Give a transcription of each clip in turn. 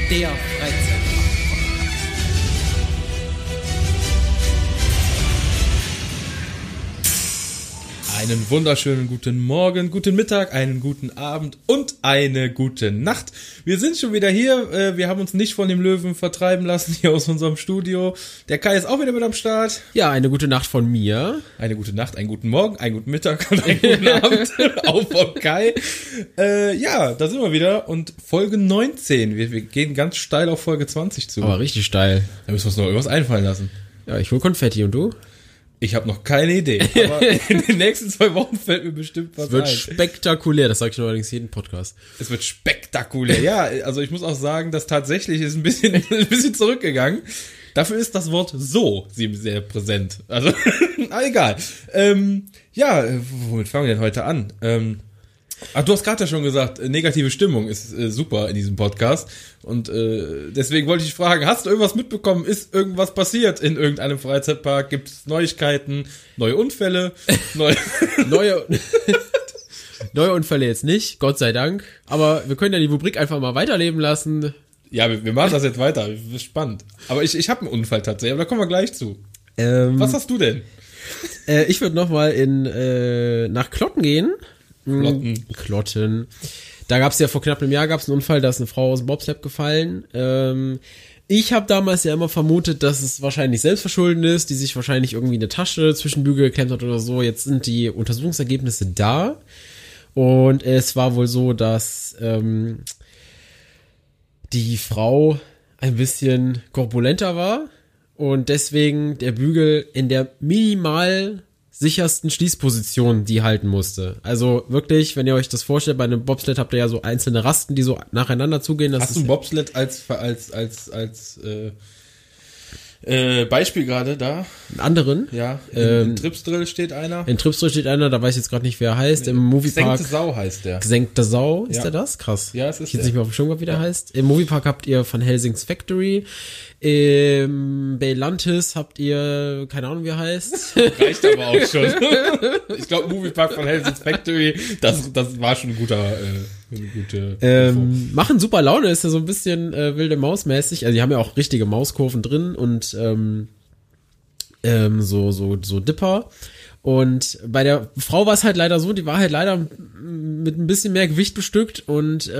der Freizeit. Einen wunderschönen guten Morgen, guten Mittag, einen guten Abend und eine gute Nacht. Wir sind schon wieder hier. Wir haben uns nicht von dem Löwen vertreiben lassen hier aus unserem Studio. Der Kai ist auch wieder mit am Start. Ja, eine gute Nacht von mir. Eine gute Nacht, einen guten Morgen, einen guten Mittag und einen guten Abend. Auch von Kai. Ja, da sind wir wieder. Und Folge 19. Wir gehen ganz steil auf Folge 20 zu. Aber richtig steil. Da müssen wir uns noch irgendwas einfallen lassen. Ja, ich hol Konfetti und du? Ich habe noch keine Idee, aber in den nächsten 2 Wochen fällt mir bestimmt was ein. Es wird spektakulär, das sage ich allerdings jeden Podcast. Es wird spektakulär. Ja, also ich muss auch sagen, das tatsächlich ist ein bisschen zurückgegangen. Dafür ist das Wort so sehr präsent. Also, egal. Ja, womit fangen wir denn heute an? Du hast gerade ja schon gesagt, negative Stimmung ist super in diesem Podcast und deswegen wollte ich fragen, hast du irgendwas mitbekommen? Ist irgendwas passiert in irgendeinem Freizeitpark? Gibt es Neuigkeiten, neue Unfälle? Neue Unfälle jetzt nicht, Gott sei Dank, aber wir können ja die Rubrik einfach mal weiterleben lassen. Ja, wir machen das jetzt weiter, das ist spannend. Aber ich habe einen Unfall tatsächlich, aber da kommen wir gleich zu. Was hast du denn? Ich würde nochmal nach Klotten gehen. Klotten. Da gab es ja vor knapp einem Jahr einen Unfall, da ist eine Frau aus dem Bobsled gefallen. Ich habe damals ja immer vermutet, dass es wahrscheinlich selbstverschuldet ist, die sich wahrscheinlich irgendwie eine Tasche zwischen Bügel geklemmt hat oder so. Jetzt sind die Untersuchungsergebnisse da und es war wohl so, dass die Frau ein bisschen korpulenter war und deswegen der Bügel in der minimal sichersten Schließposition die halten musste. Also wirklich, wenn ihr euch das vorstellt, bei einem Bobsled habt ihr ja so einzelne Rasten, die so nacheinander zugehen. Hast du ein Bobsled als Beispiel gerade da? Einen anderen? Ja, in Tripsdrill steht einer. In Tripsdrill steht einer, da weiß ich jetzt gerade nicht, wer er heißt. Im Moviepark. Gesenkte Sau heißt der. Gesenkte Sau, ist Ja. der das? Krass. Ja, es ist ich jetzt der. nicht mehr auf dem Schirm, wie der heißt. Im Moviepark habt ihr von Helsings Factory. Im Bailantis habt ihr, keine Ahnung, wie er heißt. Reicht aber auch schon. Ich glaube, Moviepark von Hell's Factory, das war schon eine gute Info. Machen super Laune, ist ja so ein bisschen wilde Maus-mäßig. Also die haben ja auch richtige Mauskurven drin und so Dipper. Und bei der Frau war es halt leider so, die war halt leider mit ein bisschen mehr Gewicht bestückt und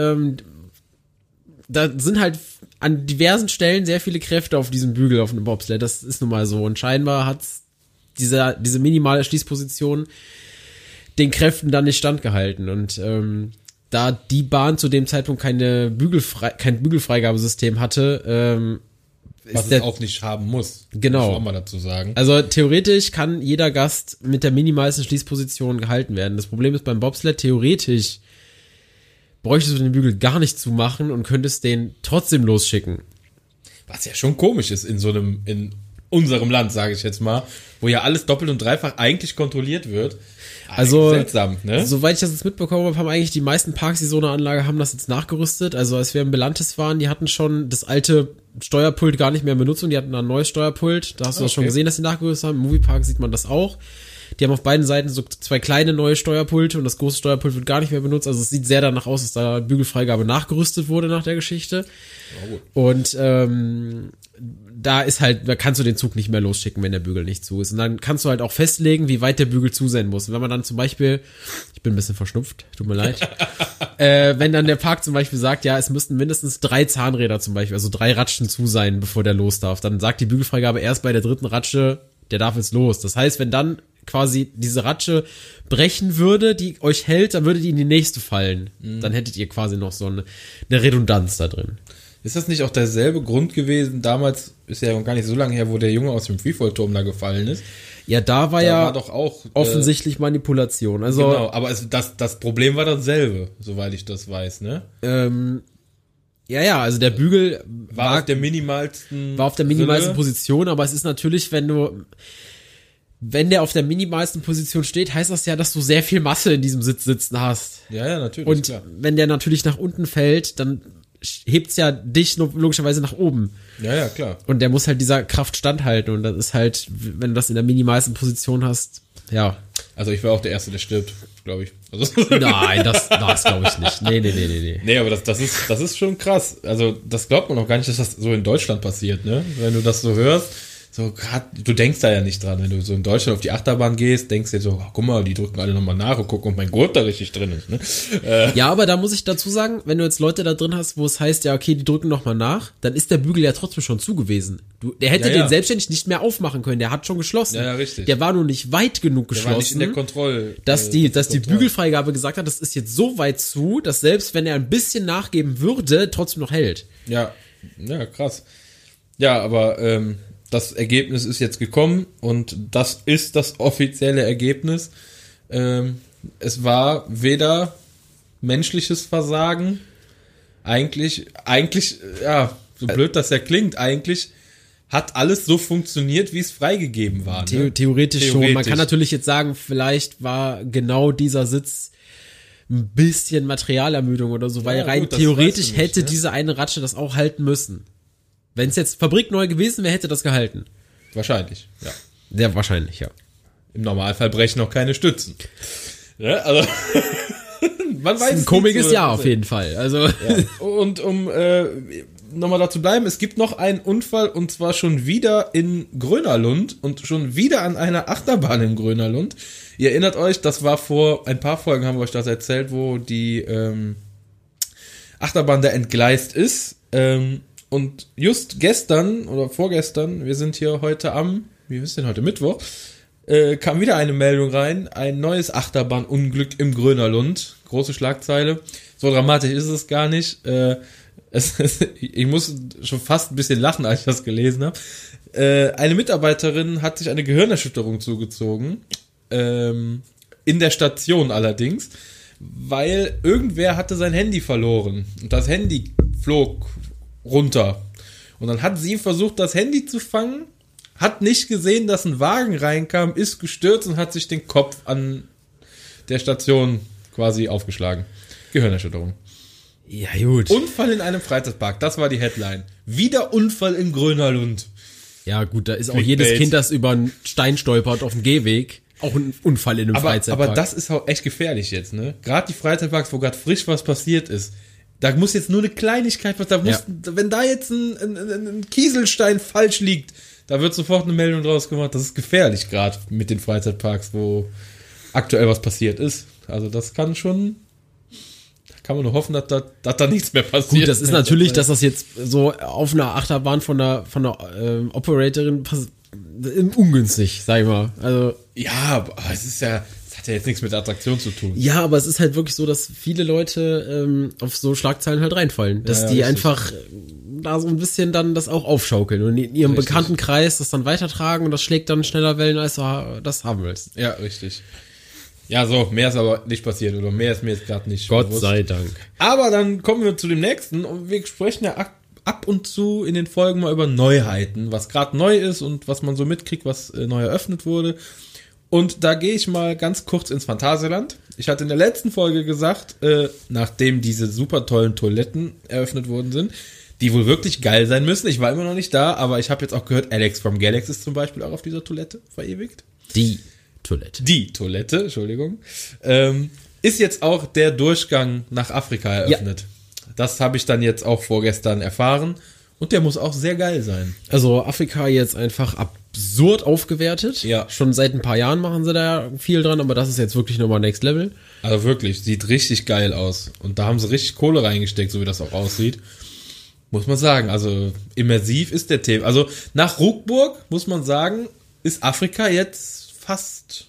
da sind halt an diversen Stellen sehr viele Kräfte auf diesem Bügel, auf dem Bobsled. Das ist nun mal so. Und scheinbar hat diese minimale Schließposition den Kräften dann nicht standgehalten. Und da die Bahn zu dem Zeitpunkt kein Bügelfreigabesystem hatte, was es auch nicht haben muss. Genau. Muss man auch mal dazu sagen. Also theoretisch kann jeder Gast mit der minimalsten Schließposition gehalten werden. Das Problem ist beim Bobsled, theoretisch bräuchtest du den Bügel gar nicht zu machen und könntest den trotzdem losschicken. Was ja schon komisch ist in unserem Land, sage ich jetzt mal, wo ja alles doppelt und dreifach eigentlich kontrolliert wird. Also seltsam, ne? Soweit ich das jetzt mitbekommen habe, haben eigentlich die meisten Parks, die so eine Anlage haben, das jetzt nachgerüstet. Also als wir im Belantis waren, die hatten schon das alte Steuerpult gar nicht mehr in Benutzung, die hatten ein neues Steuerpult. Da hast du das schon gesehen, dass sie nachgerüstet haben. Im Moviepark sieht man das auch. Die haben auf beiden Seiten so 2 kleine neue Steuerpulte und das große Steuerpult wird gar nicht mehr benutzt. Also es sieht sehr danach aus, dass da Bügelfreigabe nachgerüstet wurde nach der Geschichte. Oh. Und da kannst du den Zug nicht mehr losschicken, wenn der Bügel nicht zu ist. Und dann kannst du halt auch festlegen, wie weit der Bügel zu sein muss. Und wenn man dann zum Beispiel, ich bin ein bisschen verschnupft, tut mir leid, wenn dann der Park zum Beispiel sagt, ja, es müssten mindestens 3 Zahnräder zum Beispiel, also 3 Ratschen zu sein, bevor der los darf, dann sagt die Bügelfreigabe erst bei der 3. Ratsche, der darf jetzt los. Das heißt, wenn dann quasi diese Ratsche brechen würde, die euch hält, dann würde die in die nächste fallen. Dann hättet ihr quasi noch so eine Redundanz da drin. Ist das nicht auch derselbe Grund gewesen, damals, ist ja gar nicht so lange her, wo der Junge aus dem Freefall-Turm da gefallen ist? Ja, da war doch auch offensichtlich Manipulation. Also, genau, aber das Problem war dasselbe, soweit ich das weiß, ne? Ja, also der Bügel war auf der minimalsten Position, aber es ist natürlich, wenn der auf der minimalsten Position steht, heißt das ja, dass du sehr viel Masse in diesem Sitz sitzen hast. Ja, natürlich. Und klar. wenn der natürlich nach unten fällt, dann hebt's ja dich logischerweise nach oben. Ja, klar. Und der muss halt dieser Kraft standhalten und das ist halt, wenn du das in der minimalsten Position hast, ja. Also ich wäre auch der Erste, der stirbt, glaube ich. Also Nein, das glaube ich nicht. Nee. Nee, aber das ist schon krass. Also das glaubt man auch gar nicht, dass das so in Deutschland passiert, ne? Wenn du das so hörst, so grad, du denkst da ja nicht dran. Wenn du so in Deutschland auf die Achterbahn gehst, denkst du dir so, guck mal, die drücken alle nochmal nach und gucken, ob mein Gurt da richtig drin ist, ne? Ja, aber da muss ich dazu sagen, wenn du jetzt Leute da drin hast, wo es heißt, ja, okay, die drücken nochmal nach, dann ist der Bügel ja trotzdem schon zu gewesen. Der hätte den selbstständig nicht mehr aufmachen können, der hat schon geschlossen. Ja, richtig. Der war nur nicht weit genug geschlossen. Der war nicht in der Kontrolle. Dass die Bügelfreigabe gesagt hat, das ist jetzt so weit zu, dass selbst wenn er ein bisschen nachgeben würde, trotzdem noch hält. Ja, krass. Ja, aber das Ergebnis ist jetzt gekommen und das ist das offizielle Ergebnis. Es war weder menschliches Versagen, eigentlich, ja, so blöd das ja klingt, eigentlich hat alles so funktioniert, wie es freigegeben war. Ne? Theoretisch schon. Man kann natürlich jetzt sagen, vielleicht war genau dieser Sitz ein bisschen Materialermüdung oder so, weil Ja, rein gut, das theoretisch weißt du nicht, hätte ne? diese eine Ratsche das auch halten müssen. Wenn es jetzt fabrikneu gewesen wäre, hätte das gehalten. Wahrscheinlich, ja. Sehr wahrscheinlich, ja. Im Normalfall brechen auch keine Stützen. Ja, also man weiß Ein komisches Jahr auf jeden Fall. Also Ja. Und um nochmal dazu bleiben, es gibt noch einen Unfall und zwar schon wieder in Grönerlund und schon wieder an einer Achterbahn in Grönerlund. Ihr erinnert euch, das war vor ein paar Folgen, haben wir euch das erzählt, wo die Achterbahn da entgleist ist. Und just gestern oder vorgestern, wir sind hier heute wie ist denn heute, Mittwoch, kam wieder eine Meldung rein, ein neues Achterbahnunglück im Grönerlund. Große Schlagzeile. So dramatisch ist es gar nicht. Ich muss schon fast ein bisschen lachen, als ich das gelesen habe. Eine Mitarbeiterin hat sich eine Gehirnerschütterung zugezogen. In der Station allerdings. Weil irgendwer hatte sein Handy verloren. Und das Handy flog runter. Und dann hat sie versucht, das Handy zu fangen, hat nicht gesehen, dass ein Wagen reinkam, ist gestürzt und hat sich den Kopf an der Station quasi aufgeschlagen. Gehirnerschütterung. ja, gut. Unfall in einem Freizeitpark, das war die Headline. Wieder Unfall in Grönerlund. Ja, gut, da ist auch Clickbait. jedes Kind, das über einen Stein stolpert auf dem Gehweg, auch ein Unfall in einem Freizeitpark. Aber das ist auch echt gefährlich jetzt, ne? Gerade die Freizeitparks, wo gerade frisch was passiert ist. Da muss jetzt nur eine Kleinigkeit, wenn da jetzt ein Kieselstein falsch liegt, da wird sofort eine Meldung draus gemacht. Das ist gefährlich, gerade mit den Freizeitparks, wo aktuell was passiert ist. Also das kann man nur hoffen, dass da nichts mehr passiert. Gut, das ist natürlich, dass das jetzt so auf einer Achterbahn von der Operatorin ungünstig, sag ich mal. Also Ja, aber es hat ja jetzt nichts mit der Attraktion zu tun. ja, aber es ist halt wirklich so, dass viele Leute auf so Schlagzeilen halt reinfallen, dass die richtig. einfach da so ein bisschen dann das auch aufschaukeln und in ihrem Richtig. bekannten Kreis das dann weitertragen und das schlägt dann schneller Wellen, als du das haben willst. Ja, richtig. Ja, so, mehr ist aber nicht passiert oder mehr ist mir jetzt gerade nicht bewusst. Dank. Aber dann kommen wir zu dem nächsten und wir sprechen ja ab und zu in den Folgen mal über Neuheiten, was gerade neu ist und was man so mitkriegt, was neu eröffnet wurde. Und da gehe ich mal ganz kurz ins Phantasialand. Ich hatte in der letzten Folge gesagt, nachdem diese super tollen Toiletten eröffnet worden sind, die wohl wirklich geil sein müssen. Ich war immer noch nicht da, aber ich habe jetzt auch gehört, Alex from Galax ist zum Beispiel auch auf dieser Toilette verewigt. Die Toilette, Entschuldigung. Ist jetzt auch der Durchgang nach Afrika eröffnet. Ja. Das habe ich dann jetzt auch vorgestern erfahren. Und der muss auch sehr geil sein. Also Afrika jetzt einfach absurd aufgewertet. Ja. Schon seit ein paar Jahren machen sie da viel dran, aber das ist jetzt wirklich nochmal Next Level. Also wirklich, sieht richtig geil aus. Und da haben sie richtig Kohle reingesteckt, so wie das auch aussieht. Muss man sagen, also immersiv ist der Thema. Also nach Ruckburg, muss man sagen, ist Afrika jetzt fast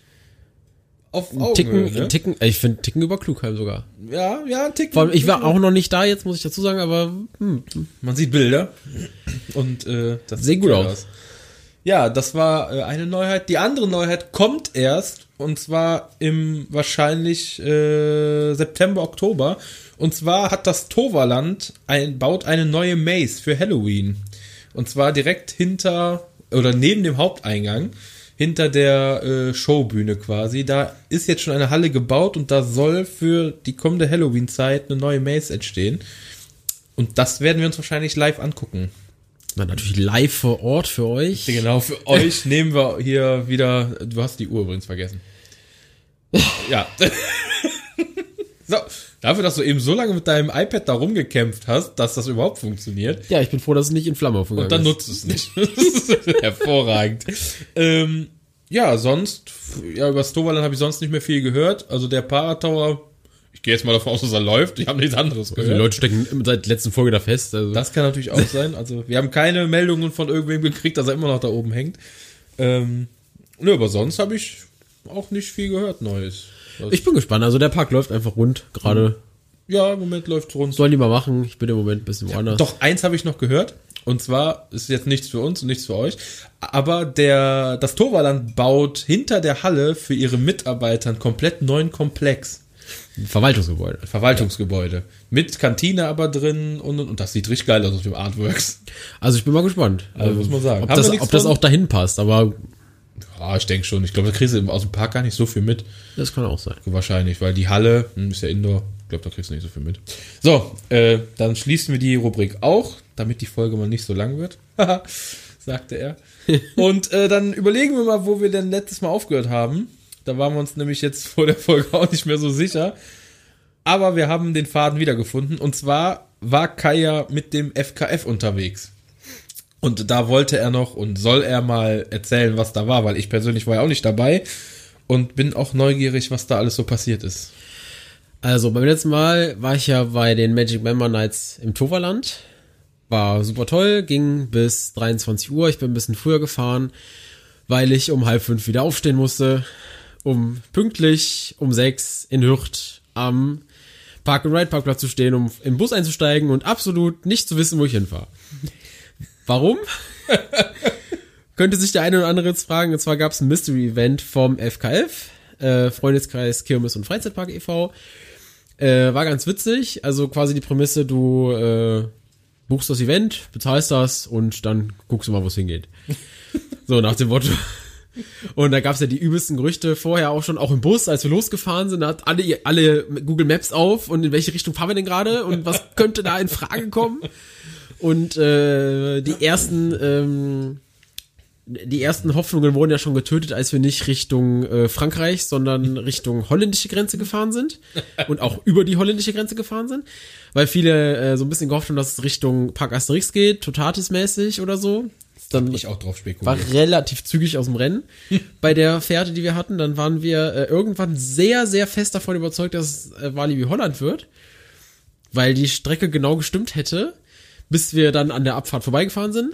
auf Augenhöhe, ne? Ich finde Ticken über Klugheim sogar. Ja, ein Ticken. Vor allem, ich war auch noch nicht da jetzt, muss ich dazu sagen, aber man sieht Bilder und das sieht gut aus. Ja, das war eine Neuheit. Die andere Neuheit kommt erst und zwar im wahrscheinlich September, Oktober. Und zwar hat das Toverland baut eine neue Maze für Halloween. Und zwar direkt hinter oder neben dem Haupteingang. Hinter der Showbühne quasi. Da ist jetzt schon eine Halle gebaut und da soll für die kommende Halloween-Zeit eine neue Maze entstehen. Und das werden wir uns wahrscheinlich live angucken. Na, natürlich live vor Ort für euch. Genau, für euch nehmen wir hier wieder, du hast die Uhr übrigens vergessen. Ja. So, dafür, dass du eben so lange mit deinem iPad da rumgekämpft hast, dass das überhaupt funktioniert. Ja, ich bin froh, dass es nicht in Flammen aufgegangen ist. Und dann nutzt es nicht. Das ist hervorragend. Ja, sonst, ja, über das Toverland habe ich sonst nicht mehr viel gehört. Also der Paratower, ich gehe jetzt mal davon aus, dass er läuft. Ich habe nichts anderes gehört. Also die Leute stecken seit der letzten Folge da fest. Also. Das kann natürlich auch sein. Also wir haben keine Meldungen von irgendwem gekriegt, dass er immer noch da oben hängt. Nö, aber sonst habe ich auch nicht viel gehört Neues. Ich bin gespannt. Also der Park läuft einfach rund gerade. Ja, im Moment läuft's rund. Sollen die mal machen. Ich bin im Moment ein bisschen woanders. Doch, eins habe ich noch gehört. Und zwar ist jetzt nichts für uns und nichts für euch. Aber das Toverland baut hinter der Halle für ihre Mitarbeiter einen komplett neuen Komplex. Verwaltungsgebäude. Ja. Mit Kantine aber drin und das sieht richtig geil aus auf dem Artworks. Also ich bin mal gespannt. Also muss man sagen. Ob das auch dahin passt, aber... Ja, ich denke schon. Ich glaube, da kriegst du aus dem Park gar nicht so viel mit. Das kann auch sein. Wahrscheinlich, weil die Halle ist ja Indoor. Ich glaube, da kriegst du nicht so viel mit. So, dann schließen wir die Rubrik auch, damit die Folge mal nicht so lang wird. Sagte er. Und dann überlegen wir mal, wo wir denn letztes Mal aufgehört haben. Da waren wir uns nämlich jetzt vor der Folge auch nicht mehr so sicher. Aber wir haben den Faden wiedergefunden. Und zwar war Kaya mit dem FKF unterwegs. Und da wollte er noch und soll er mal erzählen, was da war, weil ich persönlich war ja auch nicht dabei und bin auch neugierig, was da alles so passiert ist. Also beim letzten Mal war ich ja bei den Magic Member Nights im Toverland. War super toll, ging bis 23 Uhr. Ich bin ein bisschen früher gefahren, weil ich um 4:30 wieder aufstehen musste, um pünktlich um 6 in Hürth am Park-and-Ride-Parkplatz zu stehen, um im Bus einzusteigen und absolut nicht zu wissen, wo ich hinfahre. Warum? Könnte sich der eine oder andere jetzt fragen. Und zwar gab es ein Mystery-Event vom FKF, Freundeskreis Kirmes und Freizeitpark e.V. War ganz witzig. Also quasi die Prämisse, du buchst das Event, bezahlst das und dann guckst du mal, wo es hingeht. So nach dem Motto. Und da gab es ja die übelsten Gerüchte vorher auch schon, auch im Bus, als wir losgefahren sind, da hat alle Google Maps auf und in welche Richtung fahren wir denn gerade und was könnte da in Frage kommen? Und die ersten Hoffnungen wurden ja schon getötet, als wir nicht Richtung Frankreich, sondern Richtung holländische Grenze gefahren sind und auch über die holländische Grenze gefahren sind, weil viele so ein bisschen gehofft haben, dass es Richtung Park Asterix geht, Totatis-mäßig oder so. Dann ich auch drauf spekuliert. War relativ zügig aus dem Rennen bei der Fährte, die wir hatten. Dann waren wir irgendwann sehr, sehr fest davon überzeugt, dass es Walibi Holland wird, weil die Strecke genau gestimmt hätte. Bis wir dann an der Abfahrt vorbeigefahren sind,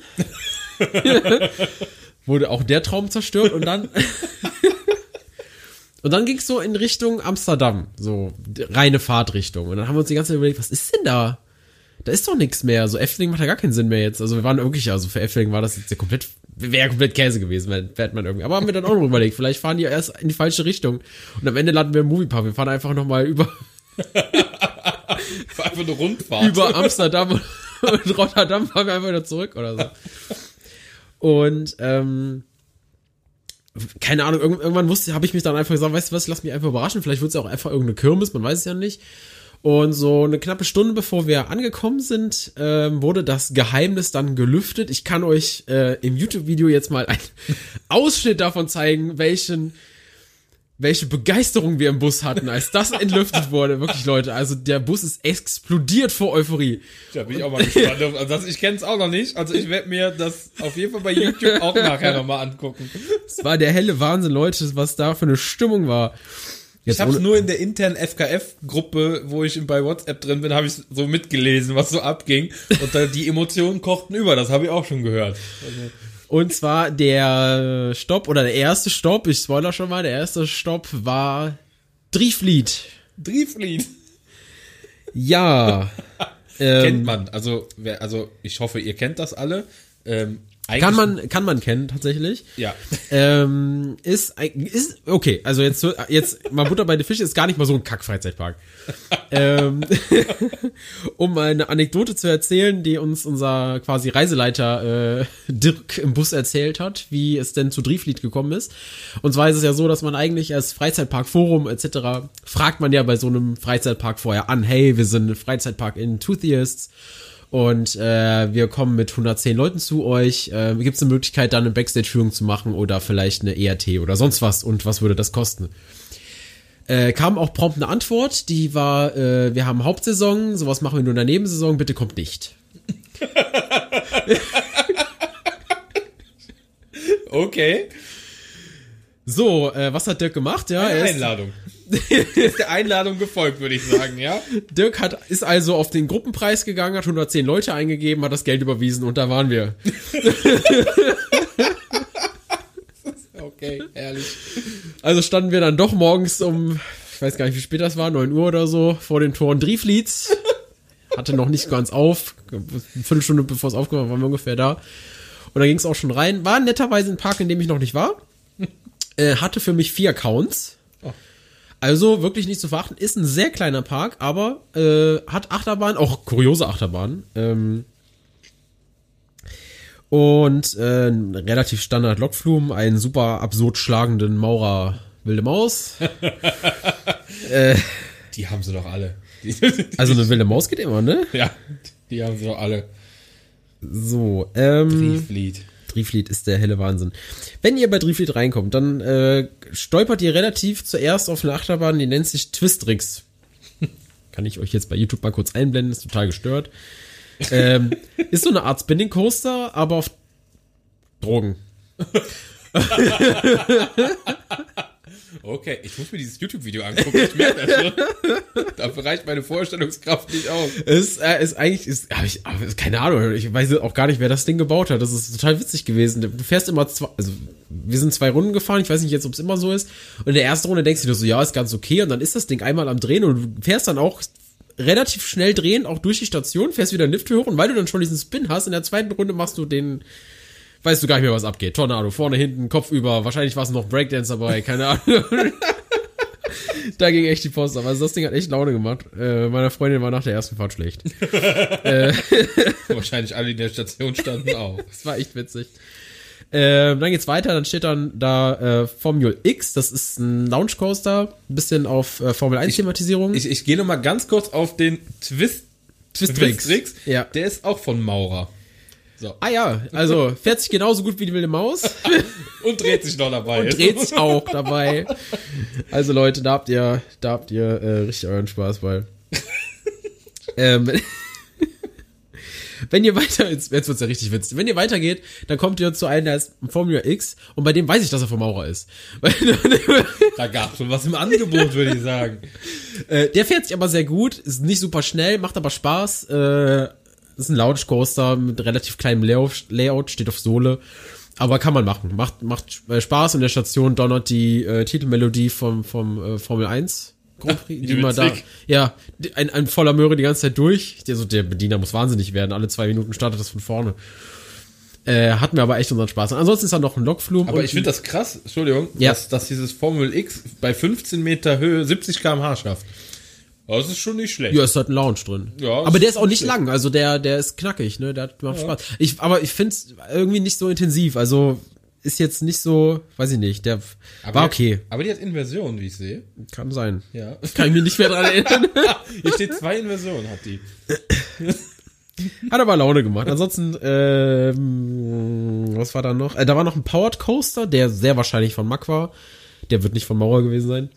wurde auch der Traum zerstört und dann ging es so in Richtung Amsterdam, so reine Fahrtrichtung. Und dann haben wir uns die ganze Zeit überlegt, was ist denn da? Da ist doch nichts mehr. So Efteling macht ja gar keinen Sinn mehr jetzt. Also wir waren wirklich, also für Efteling war das jetzt ja wäre komplett Käse gewesen, fährt man irgendwie. Aber haben wir dann auch noch überlegt, vielleicht fahren die ja erst in die falsche Richtung. Und am Ende landen wir im Moviepark. Wir fahren einfach nochmal über einfach eine Rundfahrt. Über Amsterdam und Rotterdam fahren wir einfach wieder zurück oder so. Und keine Ahnung, irgendwann habe ich mich dann einfach gesagt, weißt du was, lass mich einfach überraschen, vielleicht wird es ja auch einfach irgendeine Kirmes, man weiß es ja nicht. Und so eine knappe Stunde bevor wir angekommen sind, wurde das Geheimnis dann gelüftet. Ich kann euch im YouTube-Video jetzt mal einen Ausschnitt davon zeigen, welche Begeisterung wir im Bus hatten, als das entlüftet wurde. Wirklich, Leute, also der Bus ist explodiert vor Euphorie. Da bin ich auch mal gespannt. Also ich kenne es auch noch nicht. Also ich werde mir das auf jeden Fall bei YouTube auch nachher nochmal angucken. Es war der helle Wahnsinn, Leute, was da für eine Stimmung war. Jetzt ich habe es nur in der internen FKF-Gruppe, wo ich bei WhatsApp drin bin, habe ich so mitgelesen, was so abging. Und da die Emotionen kochten über, das habe ich auch schon gehört. Also und zwar der Stopp, oder der erste Stopp, ich spoiler schon mal, der erste Stopp war Driefliet. Driefliet? Ja. Kennt man, also ich hoffe, ihr kennt das alle. Kann man kennen, tatsächlich. Ja. Ist okay, also jetzt mal Butter bei den Fische, ist gar nicht mal so ein Kack-Freizeitpark. Um mal eine Anekdote zu erzählen, die uns unser quasi Reiseleiter Dirk im Bus erzählt hat, wie es denn zu Driefliet gekommen ist. Und zwar ist es ja so, dass man eigentlich als Freizeitparkforum etc. fragt man ja bei so einem Freizeitpark vorher an, hey, wir sind ein Freizeitpark in Enthusiasts und wir kommen mit 110 Leuten zu euch. Gibt es eine Möglichkeit, dann eine Backstage-Führung zu machen oder vielleicht eine ERT oder sonst was? Und was würde das kosten? Kam auch prompt eine Antwort, die war, wir haben Hauptsaison, sowas machen wir nur in der Nebensaison, bitte kommt nicht. Okay. So, was hat Dirk gemacht? Ja, Eine Einladung. Ist der Einladung gefolgt, würde ich sagen, ja? Dirk ist also auf den Gruppenpreis gegangen, hat 110 Leute eingegeben, hat das Geld überwiesen und da waren wir. Okay, ehrlich. Also standen wir dann doch morgens ich weiß gar nicht, wie spät das war, 9 Uhr oder so, vor den Toren Driflieds. Hatte noch nicht ganz auf. Eine Viertelstunde bevor es aufgemacht war, waren wir ungefähr da. Und dann ging es auch schon rein. War netterweise ein Park, in dem ich noch nicht war. Hatte für mich 4 Accounts. Oh. Also wirklich nicht zu verachten. Ist ein sehr kleiner Park, aber hat Achterbahn, auch kuriose Achterbahn. Und einen relativ Standard Lokflumen, einen super absurd schlagenden Maurer Wilde Maus. Die haben sie doch alle. Also eine Wilde Maus geht immer, ne? Ja, die haben sie doch alle. So, Driflied ist der helle Wahnsinn. Wenn ihr bei Driflied reinkommt, dann stolpert ihr relativ zuerst auf eine Achterbahn, die nennt sich Twistrix. Kann ich euch jetzt bei YouTube mal kurz einblenden, ist total gestört. Ist so eine Art Spinning Coaster, aber auf Drogen. Okay, ich muss mir dieses YouTube-Video angucken, ich merke das schon. Dafür reicht meine Vorstellungskraft nicht aus. Keine Ahnung, ich weiß auch gar nicht, wer das Ding gebaut hat. Das ist total witzig gewesen. Du fährst immer wir sind 2 Runden gefahren, ich weiß nicht jetzt, ob es immer so ist. Und in der ersten Runde denkst du dir so, ja, ist ganz okay. Und dann ist das Ding einmal am Drehen und du fährst dann auch relativ schnell drehen, auch durch die Station, fährst wieder einen Lift hoch und weil du dann schon diesen Spin hast, in der zweiten Runde machst du weißt du gar nicht mehr, was abgeht. Tornado, vorne, hinten, Kopf über, wahrscheinlich war es noch Breakdance dabei, keine Ahnung. Da ging echt die Post ab. Also das Ding hat echt Laune gemacht. Meiner Freundin war nach der ersten Fahrt schlecht. Wahrscheinlich alle, die in der Station standen, auch. Das war echt witzig. Dann geht's weiter, dann steht dann da Formula X, das ist ein Launch Coaster, ein bisschen auf Formel 1 Thematisierung. Ich gehe nochmal ganz kurz auf den Twistrix. Ja. Der ist auch von Maurer. So. Ah ja, also fährt sich genauso gut wie die Wilde Maus. Und dreht sich noch dabei. Und dreht sich auch dabei. Also Leute, da habt ihr richtig euren Spaß bei. Wenn ihr jetzt wird's ja richtig witzig. Wenn ihr weitergeht, dann kommt ihr zu einem, der ist Formula X und bei dem weiß ich, dass er vom Maurer ist. Da gab's schon was im Angebot, würde ich sagen. Der fährt sich aber sehr gut, ist nicht super schnell, macht aber Spaß. Ist ein Launch Coaster mit relativ kleinem Layout, steht auf Sohle. Aber kann man machen. Macht Spaß. In der Station donnert die Titelmelodie vom Formel 1 Grand Prix, die man da, ja, ein voller Möhre die ganze Zeit durch. Der Bediener muss wahnsinnig werden. Alle 2 Minuten startet das von vorne. Hat mir aber echt unseren Spaß. Ansonsten ist da noch ein Lokflug. Aber ich finde das krass, Entschuldigung, ja, dass dieses Formel X bei 15 Meter Höhe 70 km/h schafft. Das ist schon nicht schlecht. Ja, ist halt ein Lounge drin. Ja, aber der ist auch nicht lang, also der ist knackig, ne, der macht Spaß. Aber ich find's irgendwie nicht so intensiv, also ist jetzt nicht so, weiß ich nicht, der war okay. Aber die hat Inversion, wie ich sehe. Kann sein. Ja. Kann ich mich nicht mehr dran erinnern. Hier steht 2 Inversionen, hat die. Hat aber Laune gemacht. Ansonsten, was war da noch? Da war noch ein Powered Coaster, der sehr wahrscheinlich von Mack war. Der wird nicht von Maurer gewesen sein.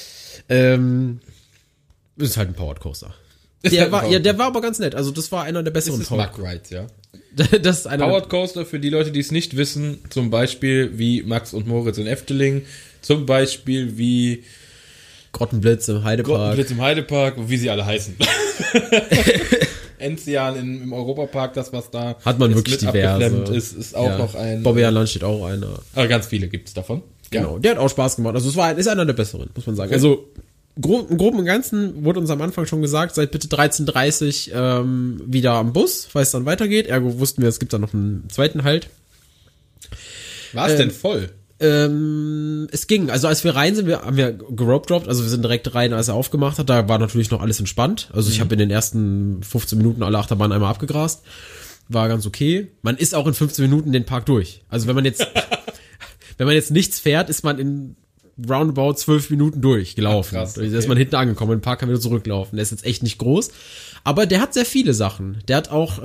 Ist halt ein Powered Coaster. Der war aber ganz nett. Also das war einer der besseren Powered Coaster. Mack Rides, ja. Das ist einer Powered Coaster, für die Leute, die es nicht wissen, zum Beispiel wie Max und Moritz in Efteling, zum Beispiel wie Grottenblitz im Heidepark, wie sie alle heißen. Enzian im Europapark, das was da hat man wirklich diverse. Ist auch noch ein. Bobbejaanland steht auch einer. Aber ganz viele gibt's davon. Genau, der hat auch Spaß gemacht. Also ist einer der besseren, muss man sagen. Also im Groben und Ganzen wurde uns am Anfang schon gesagt, seid bitte 13:30 wieder am Bus, weil es dann weitergeht. Ergo wussten wir, es gibt dann noch einen zweiten Halt. War es denn voll? Es ging. Also als wir rein sind, haben wir gerope-dropped, also wir sind direkt rein, als er aufgemacht hat. Da war natürlich noch alles entspannt. Also ich habe in den ersten 15 Minuten alle Achterbahnen einmal abgegrast. War ganz okay. Man ist auch in 15 Minuten den Park durch. Also wenn man jetzt nichts fährt, ist man in roundabout 12 Minuten durchgelaufen. Krass, okay. Da ist man hinten angekommen, im Park kann wieder zurücklaufen. Der ist jetzt echt nicht groß. Aber der hat sehr viele Sachen. Der hat auch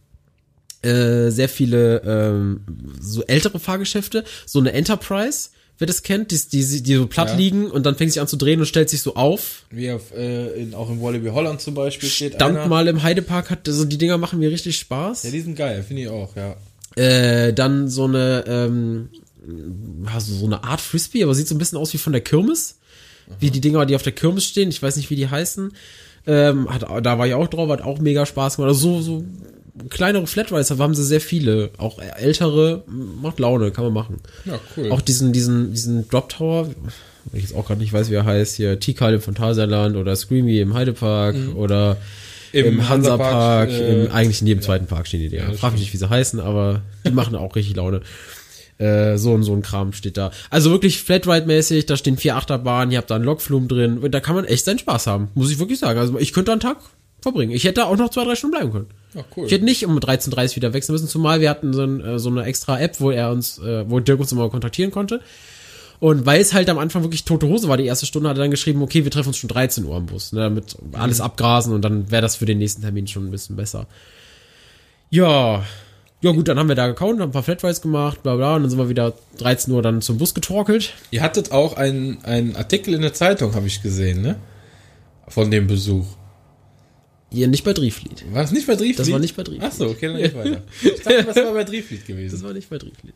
sehr viele so ältere Fahrgeschäfte. So eine Enterprise wer das kennt, die so platt liegen und dann fängt sich an zu drehen und stellt sich so auf. Wie auch im Wallaby Holland zum Beispiel steht Stand mal im Heidepark, also die Dinger machen mir richtig Spaß. Ja, die sind geil, finde ich auch, ja. Dann so eine Art Frisbee, aber sieht so ein bisschen aus wie von der Kirmes. Wie die Dinger, die auf der Kirmes stehen, ich weiß nicht, wie die heißen. Da war ich auch drauf, hat auch mega Spaß gemacht. Also so kleinere Flatrides, da haben sie sehr viele. Auch ältere, macht Laune, kann man machen. Ja, cool. Auch diesen Drop Tower, ich jetzt auch gerade nicht weiß, wie er heißt, hier Tikal im Phantasialand oder Screamy im Heidepark oder im Hansapark, eigentlich in jedem zweiten Park stehen die Dinger. Frag mich nicht, wie sie heißen, aber die machen auch richtig Laune. So ein Kram steht da. Also wirklich Flatride-mäßig, da stehen 4 Achterbahnen, ihr habt da einen Lokflumen drin, da kann man echt seinen Spaß haben, muss ich wirklich sagen. Also ich könnte da einen Tag verbringen. Ich hätte da auch noch 2-3 Stunden bleiben können. Ja, cool. Ich hätte nicht um 13:30 Uhr wieder wechseln müssen, zumal wir hatten so eine extra App, wo Dirk uns immer kontaktieren konnte. Und weil es halt am Anfang wirklich tote Hose war, die erste Stunde, hat er dann geschrieben, okay, wir treffen uns schon 13 Uhr am Bus, ne, damit alles abgrasen und dann wäre das für den nächsten Termin schon ein bisschen besser. Ja, gut, dann haben wir da gekaut, haben ein paar Flatrides gemacht, bla bla, und dann sind wir wieder 13 Uhr dann zum Bus getorkelt. Ihr hattet auch einen Artikel in der Zeitung, habe ich gesehen, ne? Von dem Besuch. Hier nicht bei Drieflied. War das nicht bei Drieflied? Das war nicht bei Drieflied. Achso, okay, dann nicht weiter. Ich dachte, das war bei Drieflied gewesen. Das war nicht bei Drieflied.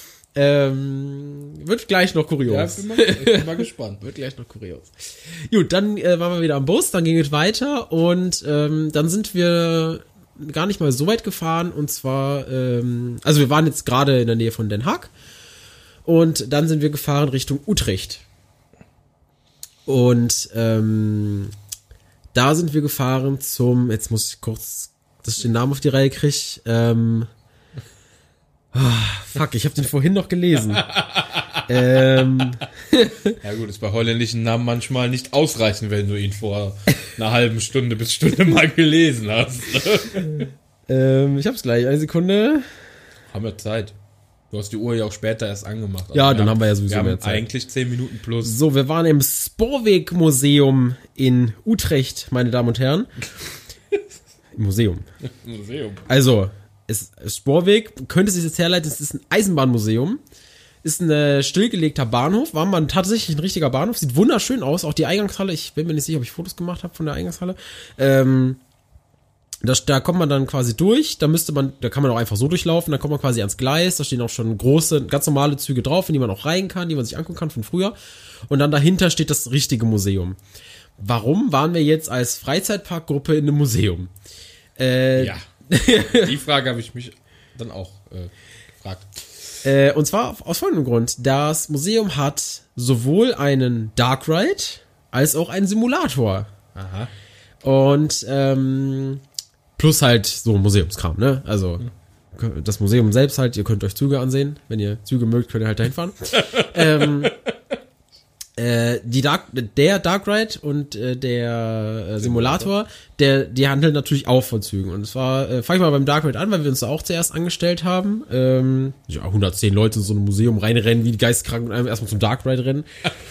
Wird gleich noch kurios. Ja, ich bin mal gespannt. Wird gleich noch kurios. Gut, dann waren wir wieder am Bus, dann ging es weiter und dann sind wir gar nicht mal so weit gefahren und zwar, also wir waren jetzt gerade in der Nähe von Den Haag und dann sind wir gefahren Richtung Utrecht. Und da sind wir gefahren jetzt muss ich kurz, dass ich den Namen auf die Reihe kriege, fuck, ich habe den vorhin noch gelesen. Ja gut, ist bei holländischen Namen manchmal nicht ausreichend, wenn du ihn vor einer halben Stunde bis Stunde mal gelesen hast. Ich hab's gleich, eine Sekunde. Haben wir Zeit. Du hast die Uhr ja auch später erst angemacht. Also ja, dann haben wir ja sowieso mehr Zeit. Eigentlich 10 Minuten plus. So, wir waren im Spoorweg-Museum in Utrecht, meine Damen und Herren. Museum. Also, Spoorweg, könnte sich jetzt herleiten, es ist ein Eisenbahnmuseum, ist ein stillgelegter Bahnhof, war mal tatsächlich ein richtiger Bahnhof, sieht wunderschön aus, auch die Eingangshalle, ich bin mir nicht sicher, ob ich Fotos gemacht habe von der Eingangshalle, da kommt man dann quasi durch, da kann man auch einfach so durchlaufen, da kommt man quasi ans Gleis, da stehen auch schon große, ganz normale Züge drauf, in die man auch rein kann, die man sich angucken kann von früher, und dann dahinter steht das richtige Museum. Warum waren wir jetzt als Freizeitparkgruppe in einem Museum? Ja. Die Frage habe ich mich dann auch gefragt. Und zwar aus folgendem Grund. Das Museum hat sowohl einen Dark Ride als auch einen Simulator. Aha. Und plus halt so Museumskram, ne? Also das Museum selbst halt, ihr könnt euch Züge ansehen. Wenn ihr Züge mögt, könnt ihr halt dahin fahren. Der Dark Ride und der Simulator, die handeln natürlich auch von Zügen. Und zwar fange ich mal beim Dark Ride an, weil wir uns da auch zuerst angestellt haben. 110 Leute in so ein Museum reinrennen, wie die geisteskrank und einfach erstmal zum Dark Ride rennen.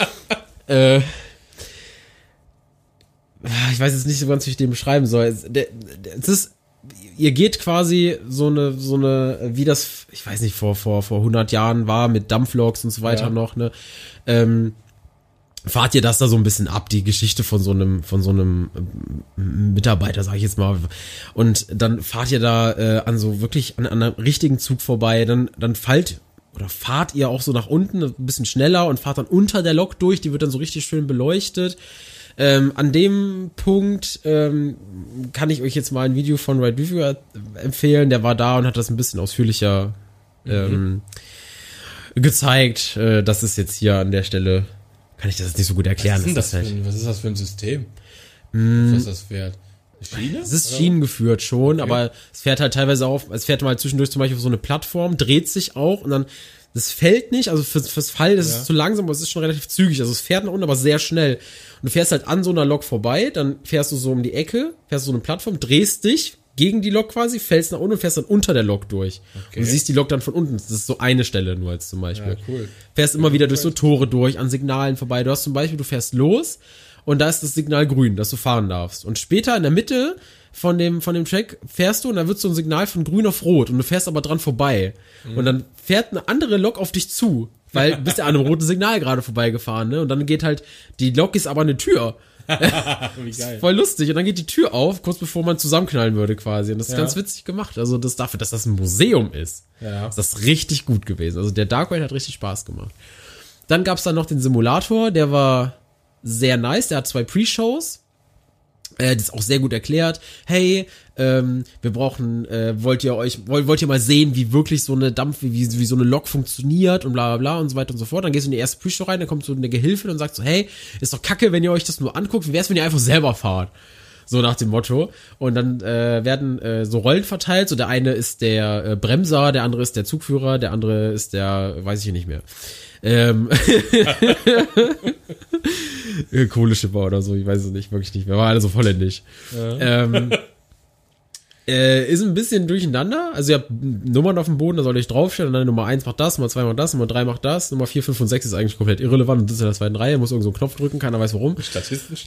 Ich weiß jetzt nicht so ganz, wie ich den beschreiben soll. Es ist, ihr geht quasi so eine, wie das, ich weiß nicht, vor 100 Jahren war mit Dampfloks und so weiter noch, ne? Fahrt ihr das da so ein bisschen ab, die Geschichte von so einem Mitarbeiter, sag ich jetzt mal. Und dann fahrt ihr da an einem richtigen Zug vorbei, dann fahrt ihr auch so nach unten, ein bisschen schneller und fahrt dann unter der Lok durch, die wird dann so richtig schön beleuchtet. An dem Punkt kann ich euch jetzt mal ein Video von Ride Reviewer empfehlen, der war da und hat das ein bisschen ausführlicher gezeigt. Das ist jetzt hier an der Stelle, kann ich das jetzt nicht so gut erklären. Was ist das für ein System? Was ist das fährt? Schiene? Es ist schienengeführt schon, okay. Aber es fährt halt teilweise es fährt mal zwischendurch zum Beispiel auf so eine Plattform, dreht sich auch und dann, das fällt nicht, also fürs Fall, das ist zu langsam, aber es ist schon relativ zügig, also es fährt nach unten, aber sehr schnell. Und du fährst halt an so einer Lok vorbei, dann fährst du so um die Ecke, fährst so eine Plattform, drehst dich gegen die Lok quasi, fällst nach unten und fährst dann unter der Lok durch. Okay. Und siehst die Lok dann von unten. Das ist so eine Stelle nur als zum Beispiel. Ja, cool. Fährst immer wieder durch so Tore durch, an Signalen vorbei. Du hast zum Beispiel, du fährst los und da ist das Signal grün, dass du fahren darfst. Und später in der Mitte von dem Track fährst du und da wird so ein Signal von grün auf rot und du fährst aber dran vorbei. Und dann fährt eine andere Lok auf dich zu. weil du bist ja an einem roten Signal gerade vorbeigefahren, ne? Und dann geht halt, die Lok ist aber eine Tür. Wie geil. Voll lustig. Und dann geht die Tür auf, kurz bevor man zusammenknallen würde quasi. Und das ist ganz witzig gemacht. Also das dafür, dass das ein Museum ist, ist das richtig gut gewesen. Also der Dark Ride hat richtig Spaß gemacht. Dann gab's dann noch den Simulator, der war sehr nice. Der hat 2 Pre-Shows. Das ist auch sehr gut erklärt. Hey, wir brauchen, wollt ihr mal sehen, wie wirklich so eine wie so eine Lok funktioniert und bla bla bla und so weiter und so fort. Dann gehst du in die erste Pre-Show rein, dann kommt so eine Gehilfin und sagt so, hey, ist doch kacke, wenn ihr euch das nur anguckt. Wie wär's, wenn ihr einfach selber fahrt? So nach dem Motto. Und dann werden so Rollen verteilt. So der eine ist der Bremser, der andere ist der Zugführer, der andere ist der, weiß ich nicht mehr. Kohleschipper oder so, ich weiß es nicht, wirklich nicht mehr. War alle so volländig. Ja. Ist ein bisschen durcheinander. Also ihr habt Nummern auf dem Boden, da soll ich draufstellen. Und dann Nummer 1 macht das, Nummer 2 macht das, Nummer 3 macht das, Nummer 4, 5 und 6 ist eigentlich komplett irrelevant. Und das ist ja das 2 und 3, muss irgend so einen Knopf drücken, keiner weiß warum. Statistisch.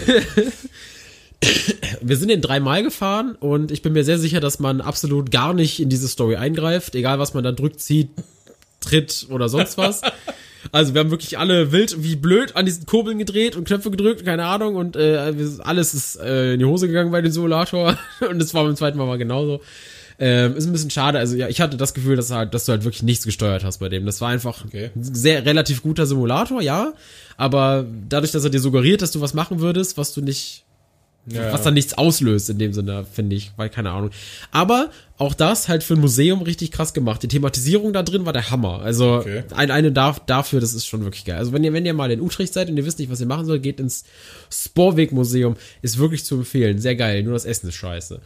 Wir sind den 3-mal gefahren und ich bin mir sehr sicher, dass man absolut gar nicht in diese Story eingreift. Egal, was man da drückt, zieht, tritt oder sonst was. Also wir haben wirklich alle wild wie blöd an diesen Kurbeln gedreht und Knöpfe gedrückt, keine Ahnung, und alles ist in die Hose gegangen bei dem Simulator und das war beim zweiten Mal genauso. Ist ein bisschen schade, also ja, ich hatte das Gefühl, dass du halt wirklich nichts gesteuert hast bei dem. Das war einfach ein relativ guter Simulator, ja, aber dadurch, dass er dir suggeriert, dass du was machen würdest, was du nicht was dann nichts auslöst in dem Sinne, finde ich, weil keine Ahnung. Aber auch das halt für ein Museum richtig krass gemacht. Die Thematisierung da drin war der Hammer. Also dafür, das ist schon wirklich geil. Also wenn ihr mal in Utrecht seid und ihr wisst nicht, was ihr machen sollt, geht ins Sporweg-Museum. Ist wirklich zu empfehlen. Sehr geil. Nur das Essen ist scheiße.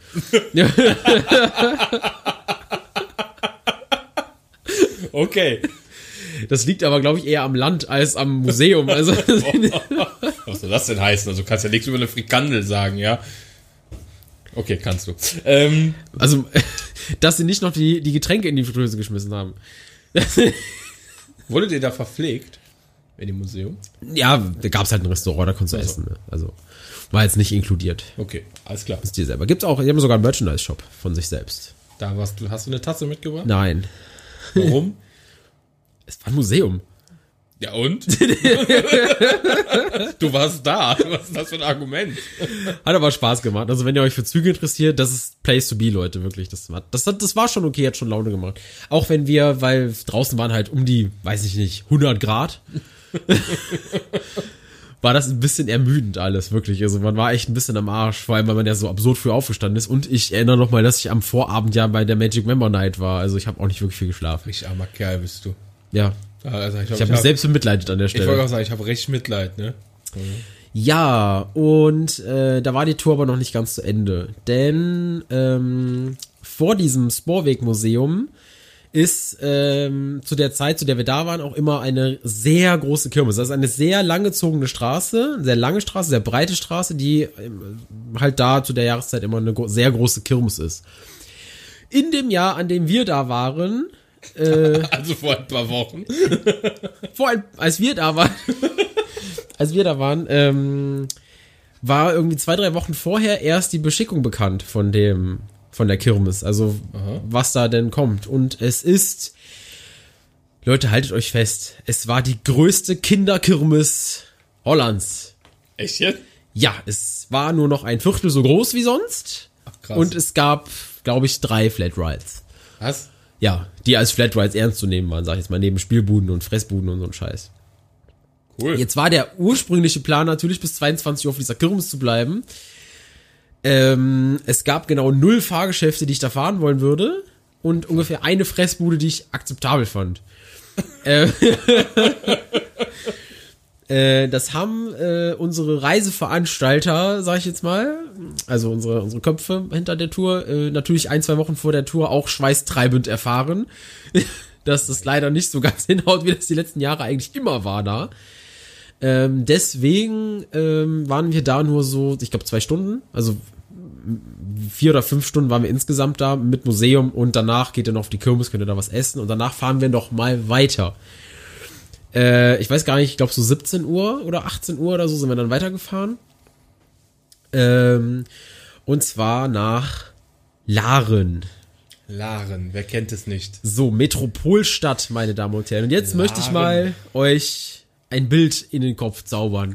Okay. Das liegt aber, glaube ich, eher am Land als am Museum. Also was soll das denn heißen? Also du kannst ja nichts über eine Frikandel sagen, ja? Okay, kannst du. Also, dass sie nicht noch die Getränke in die Fritteuse geschmissen haben. Wurdet ihr da verpflegt? In dem Museum? Ja, da gab's halt ein Restaurant, da konntest du essen. Ne? Also, war jetzt nicht inkludiert. Okay, alles klar. Ist dir selber. Gibt's auch, die haben sogar einen Merchandise-Shop von sich selbst. Hast du eine Tasse mitgebracht? Nein. Warum? Es war ein Museum. Ja und? Du warst da. Was ist das für ein Argument? Hat aber Spaß gemacht. Also wenn ihr euch für Züge interessiert, das ist Place to be, Leute, wirklich. Das war schon okay, hat schon Laune gemacht. Auch wenn weil draußen waren halt um die, weiß ich nicht, 100 Grad. War das ein bisschen ermüdend alles, wirklich. Also man war echt ein bisschen am Arsch, vor allem, weil man ja so absurd früh aufgestanden ist. Und ich erinnere noch mal, dass ich am Vorabend ja bei der Magic Member Night war. Also ich habe auch nicht wirklich viel geschlafen. Richtig armer Kerl bist du. Ja. Also ich habe mich selbst bemitleidet an der Stelle. Ich wollte auch sagen, ich habe recht Mitleid, ne? Ja, und da war die Tour aber noch nicht ganz zu Ende. Denn vor diesem Sporweg-Museum ist zu der Zeit, zu der wir da waren, auch immer eine sehr große Kirmes. Das ist eine sehr langgezogene Straße, eine sehr lange Straße, sehr breite Straße, die halt da zu der Jahreszeit immer eine sehr große Kirmes ist. In dem Jahr, an dem wir da waren, also vor ein paar Wochen. Als wir da waren, war irgendwie 2-3 Wochen vorher erst die Beschickung bekannt von der Kirmes, also was da denn kommt. Und es ist, Leute, haltet euch fest, es war die größte Kinderkirmes Hollands. Echt jetzt? Ja, es war nur noch ein Viertel so groß wie sonst. Ach, krass. Und es gab, glaube ich, 3 Flatrides. Was? Ja, die als Flatrides ernst zu nehmen waren, sag ich jetzt mal, neben Spielbuden und Fressbuden und so ein Scheiß. Cool. Jetzt war der ursprüngliche Plan natürlich bis 22 Uhr auf dieser Kirmes zu bleiben. Es gab genau 0 Fahrgeschäfte, die ich da fahren wollen würde und ungefähr eine Fressbude, die ich akzeptabel fand. Das haben unsere Reiseveranstalter, sag ich jetzt mal, also unsere Köpfe hinter der Tour, natürlich 1-2 Wochen vor der Tour auch schweißtreibend erfahren, dass das leider nicht so ganz hinhaut, wie das die letzten Jahre eigentlich immer war da. Deswegen waren wir da nur so, ich glaube 2 Stunden, also 4 oder 5 Stunden waren wir insgesamt da mit Museum und danach geht ihr noch auf die Kirmes, könnt ihr da was essen und danach fahren wir noch mal weiter. Ich weiß gar nicht, ich glaube so 17 Uhr oder 18 Uhr oder so sind wir dann weitergefahren. Und zwar nach Laren. Laren, wer kennt es nicht? So, Metropolstadt, meine Damen und Herren. Und jetzt möchte ich mal euch ein Bild in den Kopf zaubern.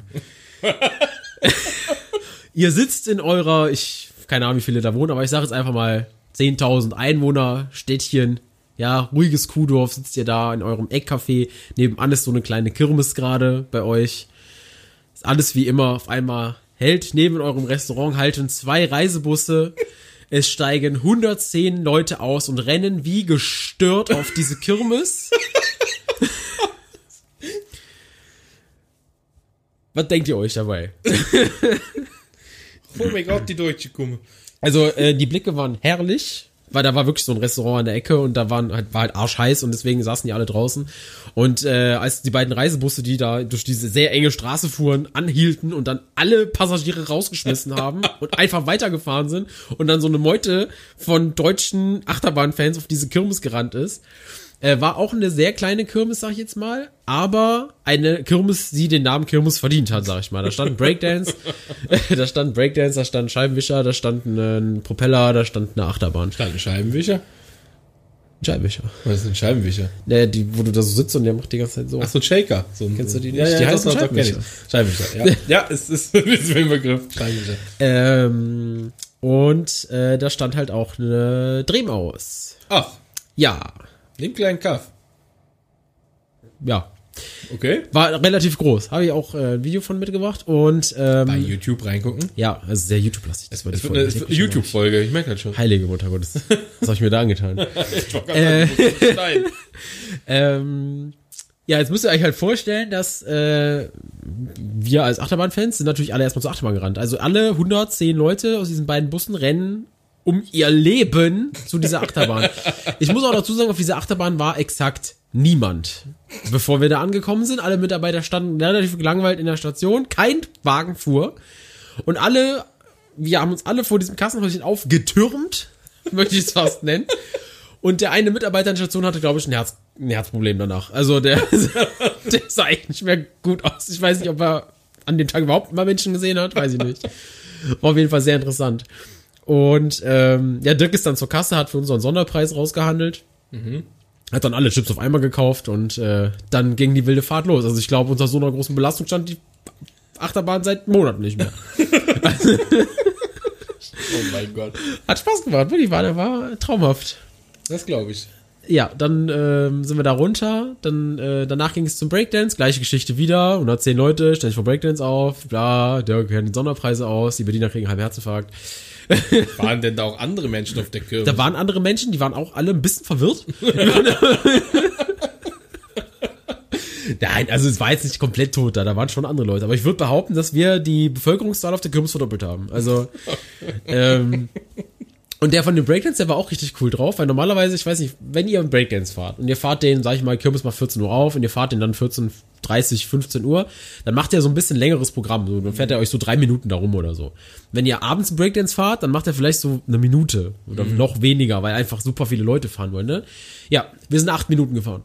Ihr sitzt in eurer, keine Ahnung, wie viele da wohnen, aber ich sage jetzt einfach mal 10.000 Einwohner, Städtchen, ja, ruhiges Kuhdorf, sitzt ihr da in eurem Eckcafé, nebenan ist so eine kleine Kirmes gerade bei euch. Ist alles wie immer, auf einmal hält neben eurem Restaurant halten 2 Reisebusse. Es steigen 110 Leute aus und rennen wie gestört auf diese Kirmes. Was denkt ihr euch dabei? Oh mein Gott, die Deutsche kommen. Also, die Blicke waren herrlich, weil da war wirklich so ein Restaurant an der Ecke und da war halt arschheiß und deswegen saßen die alle draußen. Und als die beiden Reisebusse, die da durch diese sehr enge Straße fuhren, anhielten und dann alle Passagiere rausgeschmissen haben und einfach weitergefahren sind und dann so eine Meute von deutschen Achterbahnfans auf diese Kirmes gerannt ist, war auch eine sehr kleine Kirmes, sag ich jetzt mal, aber eine Kirmes, die den Namen Kirmes verdient hat, sag ich mal. Da stand Breakdance, da stand Scheibenwischer, da stand ein Propeller, da stand eine Achterbahn. Stand ein Scheibenwischer? Scheibenwischer. Was ist ein Scheibenwischer? Wo du da so sitzt und der macht die ganze Zeit so. Ach so, ein Shaker. Kennst du die nicht? Ja, die heißen Scheibenwischer. Scheibenwischer, ja. Ja, es ist ein Begriff. Scheibenwischer. Und da stand halt auch eine Drehmaus. Ach. Ja. Nimm kleinen Kaff. Ja. Okay. War relativ groß. Habe ich auch ein Video von mitgebracht und bei YouTube reingucken. Ja, also sehr YouTube-lastig. Es wird eine YouTube-Folge, ich merke das schon. Heilige Mutter Gottes. Was habe ich mir da angetan? Ja, jetzt müsst ihr euch halt vorstellen, dass wir als Achterbahnfans sind natürlich alle erstmal zur Achterbahn gerannt. Also alle 110 Leute aus diesen beiden Bussen rennen um ihr Leben zu dieser Achterbahn. Ich muss auch dazu sagen, auf dieser Achterbahn war exakt niemand. Bevor wir da angekommen sind, alle Mitarbeiter standen relativ gelangweilt in der Station, kein Wagen fuhr und wir haben uns alle vor diesem Kassenhäuschen aufgetürmt, möchte ich es fast nennen. Und der eine Mitarbeiter in der Station hatte, glaube ich, ein Herzproblem danach. Also der sah echt nicht mehr gut aus. Ich weiß nicht, ob er an dem Tag überhaupt mal Menschen gesehen hat, weiß ich nicht. War auf jeden Fall sehr interessant. Und Dirk ist dann zur Kasse, hat für uns so einen Sonderpreis rausgehandelt. Hat dann alle Chips auf einmal gekauft und dann ging die wilde Fahrt los. Also ich glaube, unter so einer großen Belastung stand die Achterbahn seit Monaten nicht mehr. Oh mein Gott. Hat Spaß gemacht, wirklich, war traumhaft. Das glaube ich. Ja, dann sind wir da runter, dann danach ging es zum Breakdance, gleiche Geschichte wieder, 110 Leute, stellen sich vor Breakdance auf, bla, Dirk kennt die Sonderpreise aus, die Bediener kriegen einen Herzinfarkt. Waren denn da auch andere Menschen auf der Kirmes? Da waren andere Menschen, die waren auch alle ein bisschen verwirrt. Nein, also es war jetzt nicht komplett tot da waren schon andere Leute. Aber ich würde behaupten, dass wir die Bevölkerungszahl auf der Kirmes verdoppelt haben. Also, und der von den Breakdance, der war auch richtig cool drauf, weil normalerweise, ich weiß nicht, wenn ihr einen Breakdance fahrt und ihr fahrt den, sag ich mal, Kirmes macht 14 Uhr auf und ihr fahrt den dann 14:30, 15 Uhr, dann macht er so ein bisschen längeres Programm, so, dann fährt er euch so 3 Minuten darum oder so. Wenn ihr abends einen Breakdance fahrt, dann macht er vielleicht so 1 Minute oder noch weniger, weil einfach super viele Leute fahren wollen, ne? Ja, wir sind 8 Minuten gefahren.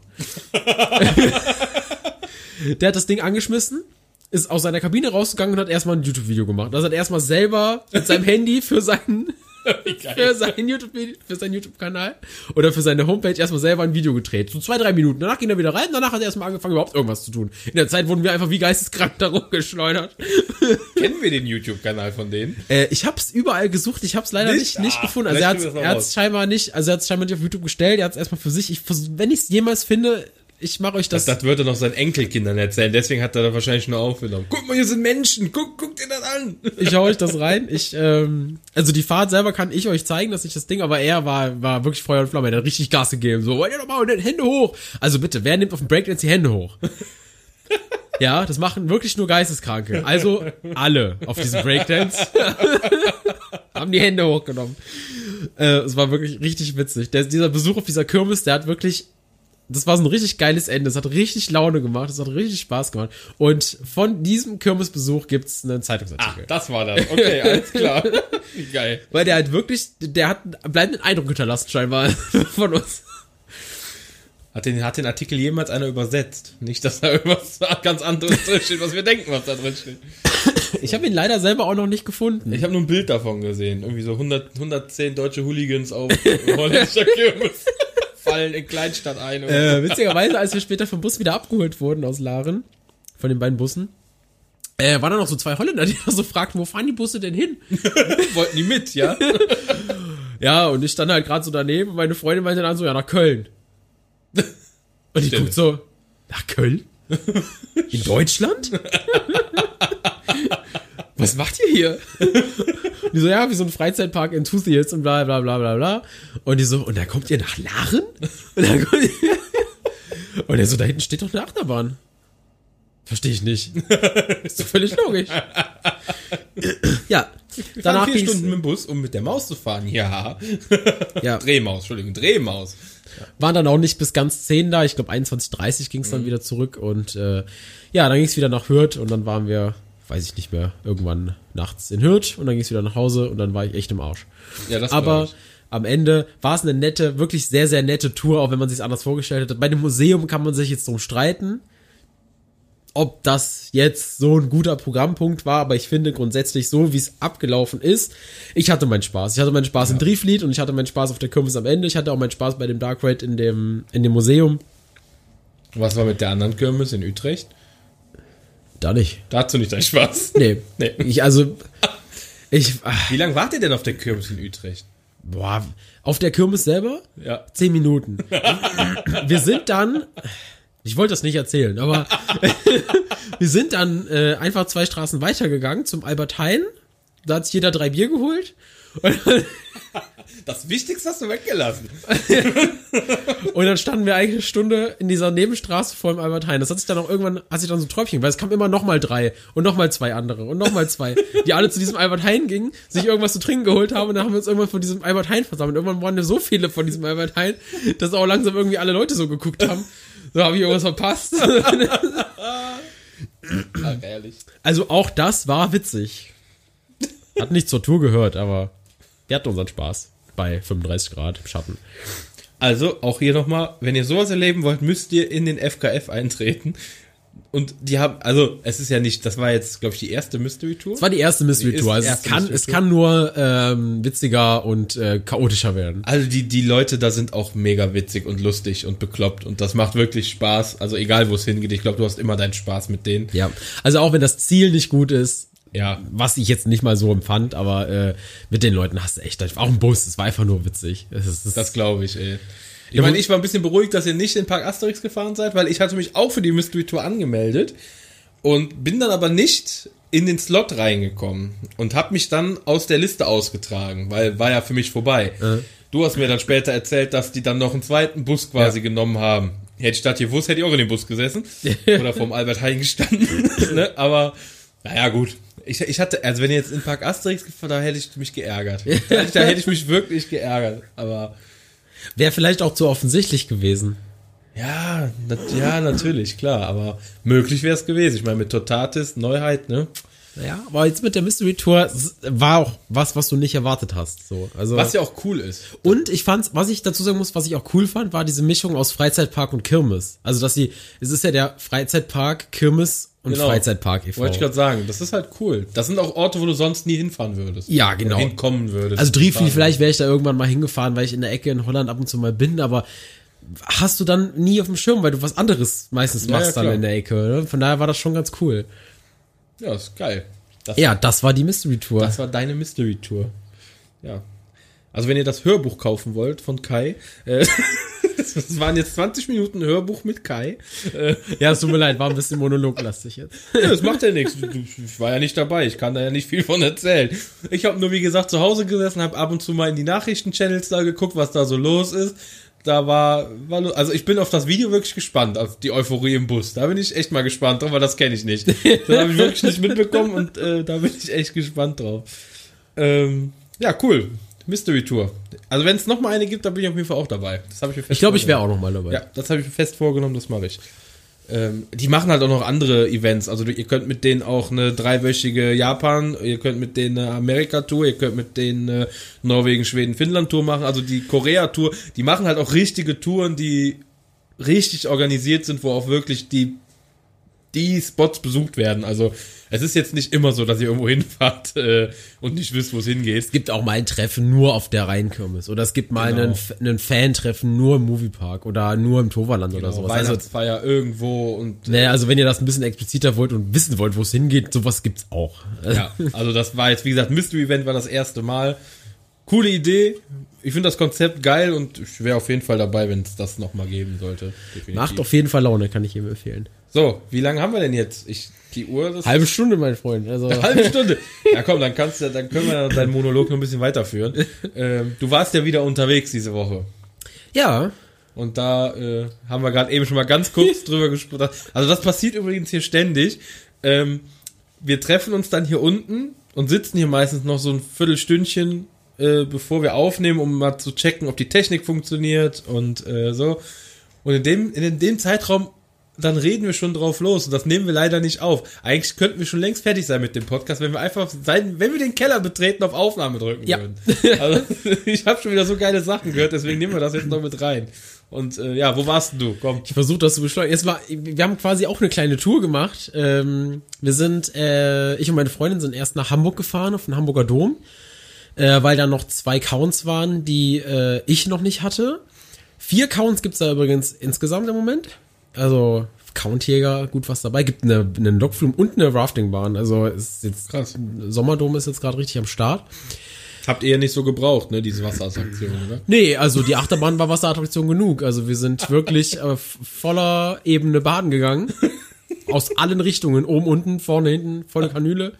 Der hat das Ding angeschmissen, ist aus seiner Kabine rausgegangen und hat erstmal ein YouTube-Video gemacht. Das hat erstmal selber mit seinem Handy für seinen YouTube-Kanal oder für seine Homepage erstmal selber ein Video gedreht. So 2-3 Minuten. Danach ging er wieder rein, danach hat er erstmal angefangen, überhaupt irgendwas zu tun. In der Zeit wurden wir einfach wie geisteskrank da rumgeschleudert. Kennen wir den YouTube-Kanal von denen? Ich hab's überall gesucht, ich hab's leider nicht gefunden. Also er hat's scheinbar nicht auf YouTube gestellt, er hat's erstmal für sich. Wenn ich's jemals finde, ich mache euch das. Das würde er noch seinen Enkelkindern erzählen, deswegen hat er da wahrscheinlich nur aufgenommen. Guck mal, hier sind Menschen, guck dir das an. Ich hau euch das rein. Also die Fahrt selber kann ich euch zeigen, dass ich das Ding, aber er war wirklich Feuer und Flamme, er hat richtig Gas gegeben. So, wollt ihr doch mal Hände hoch. Also bitte, wer nimmt auf dem Breakdance die Hände hoch? Ja, das machen wirklich nur Geisteskranke. Also alle auf diesem Breakdance haben die Hände hochgenommen. Es war wirklich richtig witzig. Dieser Besuch auf dieser Kirmes, der hat wirklich, das war so ein richtig geiles Ende. Es hat richtig Laune gemacht. Es hat richtig Spaß gemacht. Und von diesem Kirmesbesuch gibt's einen Zeitungsartikel. Ah, das war das. Okay, alles klar. Geil. Weil der halt wirklich, der hat einen bleibenden Eindruck hinterlassen scheinbar von uns. Hat den Artikel jemals einer übersetzt? Nicht, dass da irgendwas ganz anderes drinsteht, was wir denken, was da drin steht. Ich habe ihn leider selber auch noch nicht gefunden. Ich habe nur ein Bild davon gesehen. Irgendwie so 110 deutsche Hooligans auf holländischer Kirmes fallen in Kleinstadt ein. Witzigerweise, als wir später vom Bus wieder abgeholt wurden aus Laren, von den beiden Bussen, waren da noch so 2 Holländer, die so fragten, wo fahren die Busse denn hin? Wollten die mit, ja? Ja, und ich stand halt gerade so daneben und meine Freundin meinte dann so, ja, nach Köln. Und ich guck so, nach Köln? In Deutschland? Was macht ihr hier? Und die so, ja, wie so ein Freizeitpark in Enthusiasts und bla bla bla bla bla. Und die so, und da kommt ihr nach Laren? Und er so, da hinten steht doch eine Achterbahn. Verstehe ich nicht. Ist doch völlig logisch. Ja. Danach 4 Stunden mit dem Bus, um mit der Maus zu fahren. Ja. Drehmaus. Waren dann auch nicht bis ganz 10 da. Ich glaube 21:30 ging es dann wieder zurück. Und dann ging es wieder nach Hürth. Und dann waren wir, weiß ich nicht mehr, irgendwann nachts in Hürth. Und dann ging es wieder nach Hause. Und dann war ich echt im Arsch. Ja, das Aber am Ende war es eine nette, wirklich sehr, sehr nette Tour, auch wenn man sich anders vorgestellt hat. Bei dem Museum kann man sich jetzt drum streiten, ob das jetzt so ein guter Programmpunkt war, aber ich finde grundsätzlich so, wie es abgelaufen ist, ich hatte meinen Spaß. Ich hatte meinen Spaß in Driflied und ich hatte meinen Spaß auf der Kirmes am Ende. Ich hatte auch meinen Spaß bei dem Dark Ride in dem Museum. Was war mit der anderen Kirmes in Utrecht? Da nicht. Da hattest du nicht deinen Spaß? Nee. Wie lange wart ihr denn auf der Kirmes in Utrecht? Boah, auf der Kirmes selber? Ja. 10 Minuten. Wir sind dann... Ich wollte das nicht erzählen, aber wir sind dann einfach 2 Straßen weitergegangen zum Albert Heijn. Da hat sich jeder 3 Bier geholt. Das Wichtigste hast du weggelassen. Und dann standen wir eigentlich eine Stunde in dieser Nebenstraße vor dem Albert Heijn. Das hat sich dann auch irgendwann, so Träubchen, weil es kam immer nochmal 3 und nochmal 2 andere und nochmal 2, die alle zu diesem Albert Heijn gingen, sich irgendwas zu trinken geholt haben und dann haben wir uns irgendwann von diesem Albert Heijn versammelt. Irgendwann waren wir so viele von diesem Albert Heijn, dass auch langsam irgendwie alle Leute so geguckt haben. So, habe ich irgendwas verpasst? Ach, ehrlich. Also auch das war witzig. Hat nicht zur Tour gehört, aber wir hatten unseren Spaß bei 35 Grad im Schatten. Also, auch hier nochmal, wenn ihr sowas erleben wollt, müsst ihr in den FKF eintreten. Und die haben, also, es ist ja nicht, das war jetzt, glaube ich, die erste Mystery Tour. Es war die erste Mystery Tour, also es kann nur witziger und chaotischer werden. Also die Leute da sind auch mega witzig und lustig und bekloppt und das macht wirklich Spaß. Also egal, wo es hingeht, ich glaube, du hast immer deinen Spaß mit denen. Ja, also auch wenn das Ziel nicht gut ist, ja, was ich jetzt nicht mal so empfand, aber mit den Leuten hast du echt, auch im Bus, es war einfach nur witzig. Das glaube ich, ey. Ich meine, ich war ein bisschen beruhigt, dass ihr nicht in den Park Asterix gefahren seid, weil ich hatte mich auch für die Mystery Tour angemeldet und bin dann aber nicht in den Slot reingekommen und habe mich dann aus der Liste ausgetragen, weil war ja für mich vorbei. Du hast mir dann später erzählt, dass die dann noch einen zweiten Bus quasi genommen haben. Hätte ich das gewusst, hätte ich auch in dem Bus gesessen oder vorm Albert Heijn gestanden. Ne? Aber, naja, gut. Ich hatte, also wenn ihr jetzt in Park Asterix gefahren, da hätte ich mich geärgert. Da hätte ich mich wirklich geärgert, aber... Wäre vielleicht auch zu offensichtlich gewesen. Ja, natürlich, klar, aber möglich wäre es gewesen. Ich meine, mit Totatis, Neuheit, ne? Ja, aber jetzt mit der Mystery Tour war auch was du nicht erwartet hast. So. Also, was ja auch cool ist. Und ich fand's, was ich dazu sagen muss, was ich auch cool fand, war diese Mischung aus Freizeitpark und Kirmes. Also, es ist ja der Freizeitpark, Kirmes und Freizeitpark e.V. Wollte ich gerade sagen, das ist halt cool. Das sind auch Orte, wo du sonst nie hinfahren würdest. Ja, genau. Oder hinkommen würdest. Also Drifli, vielleicht wäre ich da irgendwann mal hingefahren, weil ich in der Ecke in Holland ab und zu mal bin, aber hast du dann nie auf dem Schirm, weil du was anderes meistens machst dann in der Ecke. Ne? Von daher war das schon ganz cool. Ja, ist geil. Das war die Mystery Tour. Das war deine Mystery Tour. Ja. Also wenn ihr das Hörbuch kaufen wollt von Kai, das waren jetzt 20 Minuten Hörbuch mit Kai. Ja, es tut mir leid, war ein bisschen monologlastig jetzt. Ja, das macht ja nichts. Ich war ja nicht dabei, ich kann da ja nicht viel von erzählen. Ich habe nur, wie gesagt, zu Hause gesessen, habe ab und zu mal in die Nachrichten-Channels da geguckt, was da so los ist. Da war also ich bin auf das Video wirklich gespannt, auf die Euphorie im Bus. Da bin ich echt mal gespannt drauf, weil das kenne ich nicht. Das habe ich wirklich nicht mitbekommen und da bin ich echt gespannt drauf. Ja, cool. Mystery Tour. Also wenn es noch mal eine gibt, dann bin ich auf jeden Fall auch dabei. Das habe ich mir fest Ich glaube, ich wäre auch noch mal dabei. Ja, das habe ich mir fest vorgenommen, das mache ich. Die machen halt auch noch andere Events. Also ihr könnt mit denen auch eine 3-wöchige Japan, ihr könnt mit denen eine Amerika-Tour, ihr könnt mit denen eine Norwegen, Schweden, Finnland-Tour machen. Also die Korea-Tour, die machen halt auch richtige Touren, die richtig organisiert sind, wo auch wirklich die die Spots besucht werden. Also es ist jetzt nicht immer so, dass ihr irgendwo hinfahrt und nicht wisst, wo es hingeht. Es gibt auch mal ein Treffen nur auf der Rheinkirmes oder es gibt mal einen Fan-Treffen nur im Moviepark oder nur im Toverland oder sowas. Weihnachtsfeier irgendwo und... Naja, also wenn ihr das ein bisschen expliziter wollt und wissen wollt, wo es hingeht, sowas gibt's auch. Ja, also das war jetzt, wie gesagt, Mystery Event war das erste Mal. Coole Idee. Ich finde das Konzept geil und ich wäre auf jeden Fall dabei, wenn es das nochmal geben sollte. Definitiv. Macht auf jeden Fall Laune, kann ich jedem empfehlen. So, wie lange haben wir denn jetzt? Die Uhr... Halbe Stunde, mein Freund. Also. Eine halbe Stunde. Ja komm, dann können wir deinen Monolog noch ein bisschen weiterführen. Du warst ja wieder unterwegs diese Woche. Ja. Und da haben wir gerade eben schon mal ganz kurz drüber gesprochen. Also das passiert übrigens hier ständig. Wir treffen uns dann hier unten und sitzen hier meistens noch so ein Viertelstündchen, bevor wir aufnehmen, um mal zu checken, ob die Technik funktioniert und so. Und in dem Zeitraum dann reden wir schon drauf los und das nehmen wir leider nicht auf. Eigentlich könnten wir schon längst fertig sein mit dem Podcast, wenn wir den Keller betreten, auf Aufnahme drücken würden. Also ich habe schon wieder so geile Sachen gehört, deswegen nehmen wir das jetzt noch mit rein. Und wo warst du? Komm. Ich versuche das zu beschleunigen. Wir haben quasi auch eine kleine Tour gemacht. Ich und meine Freundin sind erst nach Hamburg gefahren, auf den Hamburger Dom, weil da noch 2 Counts waren, die ich noch nicht hatte. 4 Counts gibt's da übrigens insgesamt im Moment. Also Countjäger, gut was dabei. Gibt einen Lokflug und eine Raftingbahn. Also ist jetzt krass. Sommerdom ist jetzt gerade richtig am Start. Habt ihr nicht so gebraucht, ne, diese Wasserattraktion, oder? Nee, also die Achterbahn war Wasserattraktion genug. Also wir sind wirklich voller Ebene baden gegangen. Aus allen Richtungen. Oben, unten, vorne, hinten, volle Kanüle.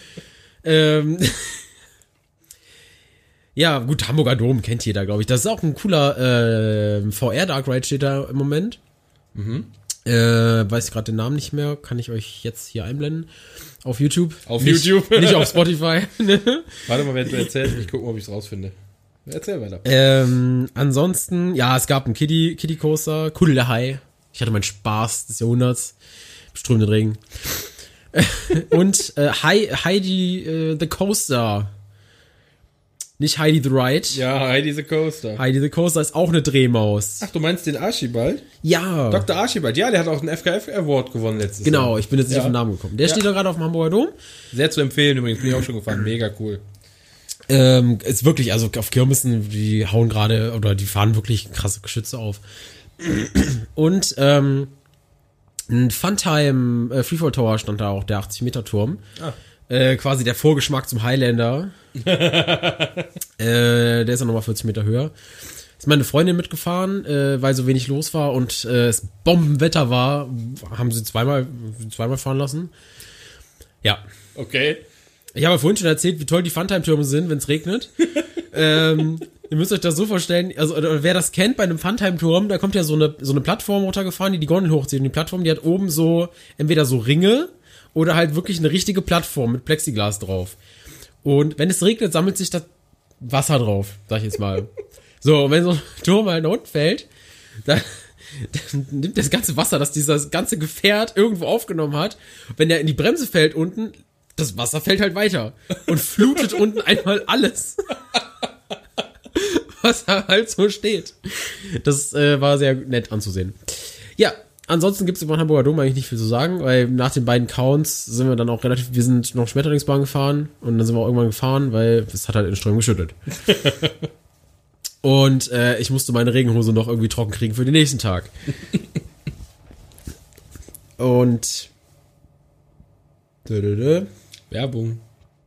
Ja, gut, Hamburger Dom kennt jeder, glaube ich. Das ist auch ein cooler VR Dark Ride steht da im Moment. Mhm. Weiß gerade den Namen nicht mehr, kann ich euch jetzt hier einblenden. Auf YouTube. YouTube? Nicht auf Spotify. Warte mal, während du erzählst, ich gucke mal, ob ich es rausfinde. Erzähl weiter. Ansonsten, ja, es gab einen Kiddie Coaster, Kudel der Hai. Ich hatte meinen Spaß des Jahrhunderts. Strömenden Regen. Und Heidi the Coaster. Nicht Heidi the Ride. Ja, Heidi the Coaster. Heidi the Coaster ist auch eine Drehmaus. Ach, du meinst den Archibald? Ja. Dr. Archibald, ja, der hat auch einen FKF Award gewonnen letztes Jahr. Genau, ich bin jetzt nicht auf den Namen gekommen. Der steht da gerade auf dem Hamburger Dom. Sehr zu empfehlen übrigens, bin ich auch schon gefahren, mega cool. Ist wirklich, also auf Kirmessen, die hauen gerade, oder die fahren wirklich krasse Geschütze auf. Und ein Funtime Freefall Tower stand da auch, der 80-Meter-Turm. Quasi der Vorgeschmack zum Highlander. Der ist ja nochmal 40 Meter höher. Ist meine Freundin mitgefahren, weil so wenig los war und es Bombenwetter war, haben sie zweimal fahren lassen. Ja. Okay. Ich habe vorhin schon erzählt, wie toll die Funtime-Türme sind, wenn es regnet. Ihr müsst euch das so vorstellen, also wer das kennt, bei einem Funtime-Turm, da kommt ja so eine Plattform runtergefahren, die Gondel hochzieht. Und die Plattform, die hat oben so entweder so Ringe oder halt wirklich eine richtige Plattform mit Plexiglas drauf. Und wenn es regnet, sammelt sich das Wasser drauf, sag ich jetzt mal. So, und wenn so ein Turm halt nach unten fällt, dann nimmt das ganze Wasser, das dieses ganze Gefährt irgendwo aufgenommen hat, wenn der in die Bremse fällt unten, das Wasser fällt halt weiter und flutet unten einmal alles, was da halt so steht. Das war sehr nett anzusehen. Ja, ansonsten gibt's über den Hamburger Dom eigentlich nicht viel zu sagen, weil nach den beiden Counts sind wir dann auch wir sind noch Schmetterlingsbahn gefahren und dann sind wir auch irgendwann gefahren, weil es hat halt in Strömen geschüttet. Und ich musste meine Regenhose noch irgendwie trocken kriegen für den nächsten Tag. Und Werbung.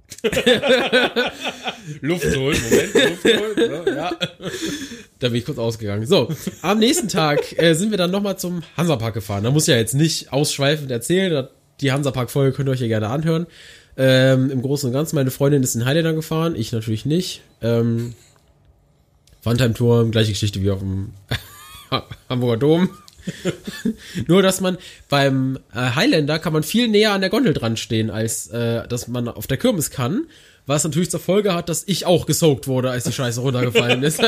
Luft holen, Luft holen. Ja. Da bin ich kurz ausgegangen. So, am nächsten Tag sind wir dann nochmal zum Hansapark gefahren. Da muss ich ja jetzt nicht ausschweifend erzählen. Die Hansapark-Folge könnt ihr euch ja gerne anhören. Im Großen und Ganzen, meine Freundin ist in Highlander gefahren, ich natürlich nicht. Funtime-Turm, gleiche Geschichte wie auf dem Hamburger Dom. Nur, dass man beim Highlander kann man viel näher an der Gondel dran stehen, als dass man auf der Kirmes kann. Was natürlich zur Folge hat, dass ich auch gesaugt wurde, als die Scheiße runtergefallen ist.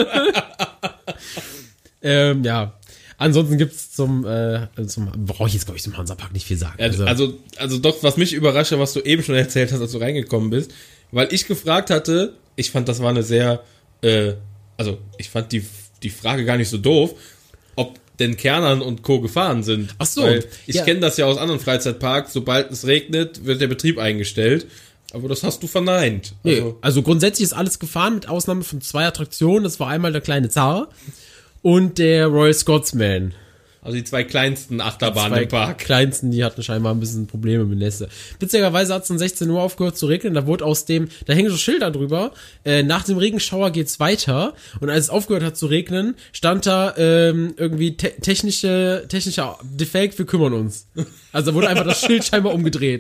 Ja. Ansonsten gibt's brauche ich jetzt, glaube ich, zum Hansapark nicht viel sagen. Also doch, was mich überrascht, was du eben schon erzählt hast, als du reingekommen bist, weil ich gefragt hatte, ich fand, das war eine sehr, ich fand die Frage gar nicht so doof, ob denn Kernern und Co. gefahren sind. Ach so. Weil ich kenne das ja aus anderen Freizeitparks, sobald es regnet, wird der Betrieb eingestellt. Aber das hast du verneint. Also grundsätzlich ist alles gefahren, mit Ausnahme von 2 Attraktionen. Das war einmal der kleine Zar und der Royal Scotsman. Also die 2 kleinsten Achterbahnen im Park. Die kleinsten, die hatten scheinbar ein bisschen Probleme mit Nässe. Witzigerweise hat es um 16 Uhr aufgehört zu regnen. Da wurde da hängen so Schilder drüber. Nach dem Regenschauer geht's weiter. Und als es aufgehört hat zu regnen, stand da irgendwie technischer Defekt, wir kümmern uns. Also da wurde einfach das Schild scheinbar umgedreht.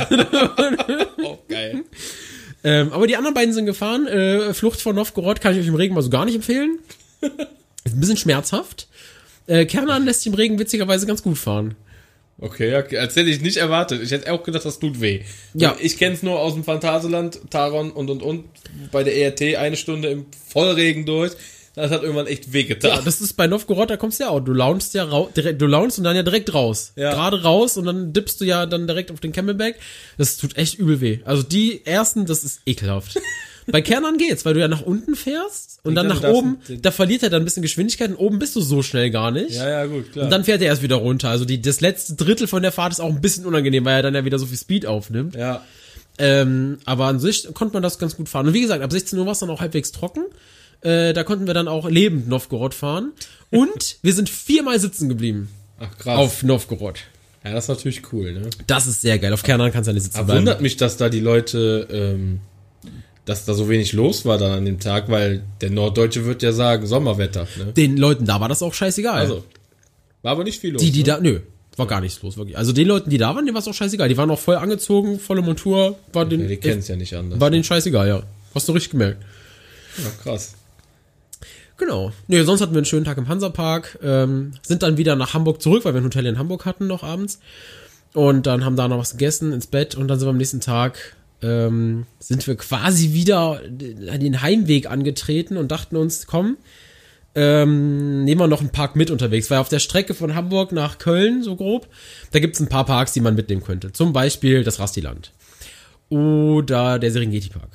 Oh, geil. Aber die anderen beiden sind gefahren. Flucht von Novgorod kann ich euch im Regen mal so gar nicht empfehlen. Ist ein bisschen schmerzhaft. Kernan lässt sich im Regen witzigerweise ganz gut fahren. Okay, als hätte ich nicht erwartet. Ich hätte auch gedacht, das tut weh. Ja. Ich kenne es nur aus dem Phantasialand, Taron und bei der ERT 1 Stunde im Vollregen durch. Das hat irgendwann echt wehgetan. Ja, das ist bei Novgorod, da kommst du ja auch. Du launchst und dann ja direkt raus. Ja. Gerade raus und dann dippst du ja dann direkt auf den Camelback. Das tut echt übel weh. Also die ersten, das ist ekelhaft. Bei Kernan geht's, weil du ja nach unten fährst und dann nach oben, da verliert er dann ein bisschen Geschwindigkeit und oben bist du so schnell gar nicht. Ja, gut, klar. Und dann fährt er erst wieder runter. Also das letzte Drittel von der Fahrt ist auch ein bisschen unangenehm, weil er dann ja wieder so viel Speed aufnimmt. Ja. Aber an sich konnte man das ganz gut fahren. Und wie gesagt, ab 16 Uhr war es dann auch halbwegs trocken. Da konnten wir dann auch lebend Novgorod fahren. Und wir sind 4-mal sitzen geblieben. Ach, krass. Auf Novgorod. Ja, das ist natürlich cool, ne? Das ist sehr geil. Auf Kernan kannst du ja nicht sitzen Aber bleiben. wundert mich, dass da die Leute, dass da so wenig los war dann an dem Tag, weil der Norddeutsche wird ja sagen, Sommerwetter, ne? Den Leuten da war das auch scheißegal. Also, war aber nicht viel los. War gar nichts los, wirklich. Also den Leuten, die da waren, denen war es auch scheißegal. Die waren auch voll angezogen, volle Montur. Die kennen es ja nicht anders. War denen scheißegal, ja. Hast du richtig gemerkt. Ja, krass. Genau. Nee, sonst hatten wir einen schönen Tag im Hansapark, sind dann wieder nach Hamburg zurück, weil wir ein Hotel in Hamburg hatten noch abends. Und dann haben da noch was gegessen, ins Bett und dann sind wir am nächsten Tag, sind wir quasi wieder den Heimweg angetreten und dachten uns, komm, nehmen wir noch einen Park mit unterwegs, weil auf der Strecke von Hamburg nach Köln, so grob, da gibt's ein paar Parks, die man mitnehmen könnte. Zum Beispiel das Rastiland. Oder der Serengeti-Park.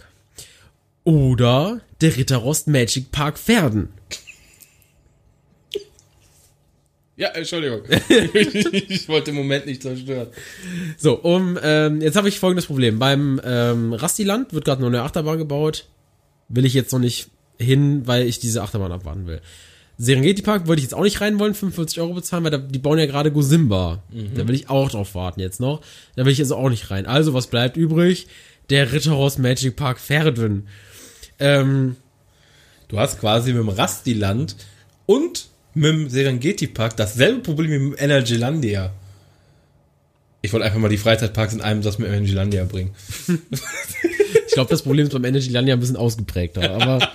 Oder der Ritterrost Magic Park Verden. Ja, Entschuldigung. Ich wollte im Moment nicht zerstören. So, jetzt habe ich folgendes Problem. Beim Rastiland wird gerade noch eine Achterbahn gebaut. Will ich jetzt noch nicht hin, weil ich diese Achterbahn abwarten will. Serengeti Park würde ich jetzt auch nicht rein wollen, 45 € bezahlen, weil die bauen ja gerade Gosimba. Da will ich auch drauf warten jetzt noch. Da will ich also auch nicht rein. Also, was bleibt übrig? Der Ritterrost Magic Park Verden. Du hast quasi mit dem Rastiland und mit dem Serengeti Park dasselbe Problem wie mit dem Energylandia. Ich wollte einfach mal die Freizeitparks in einem Satz mit Energylandia bringen. Ich glaube, das Problem ist beim Energylandia ein bisschen ausgeprägter, aber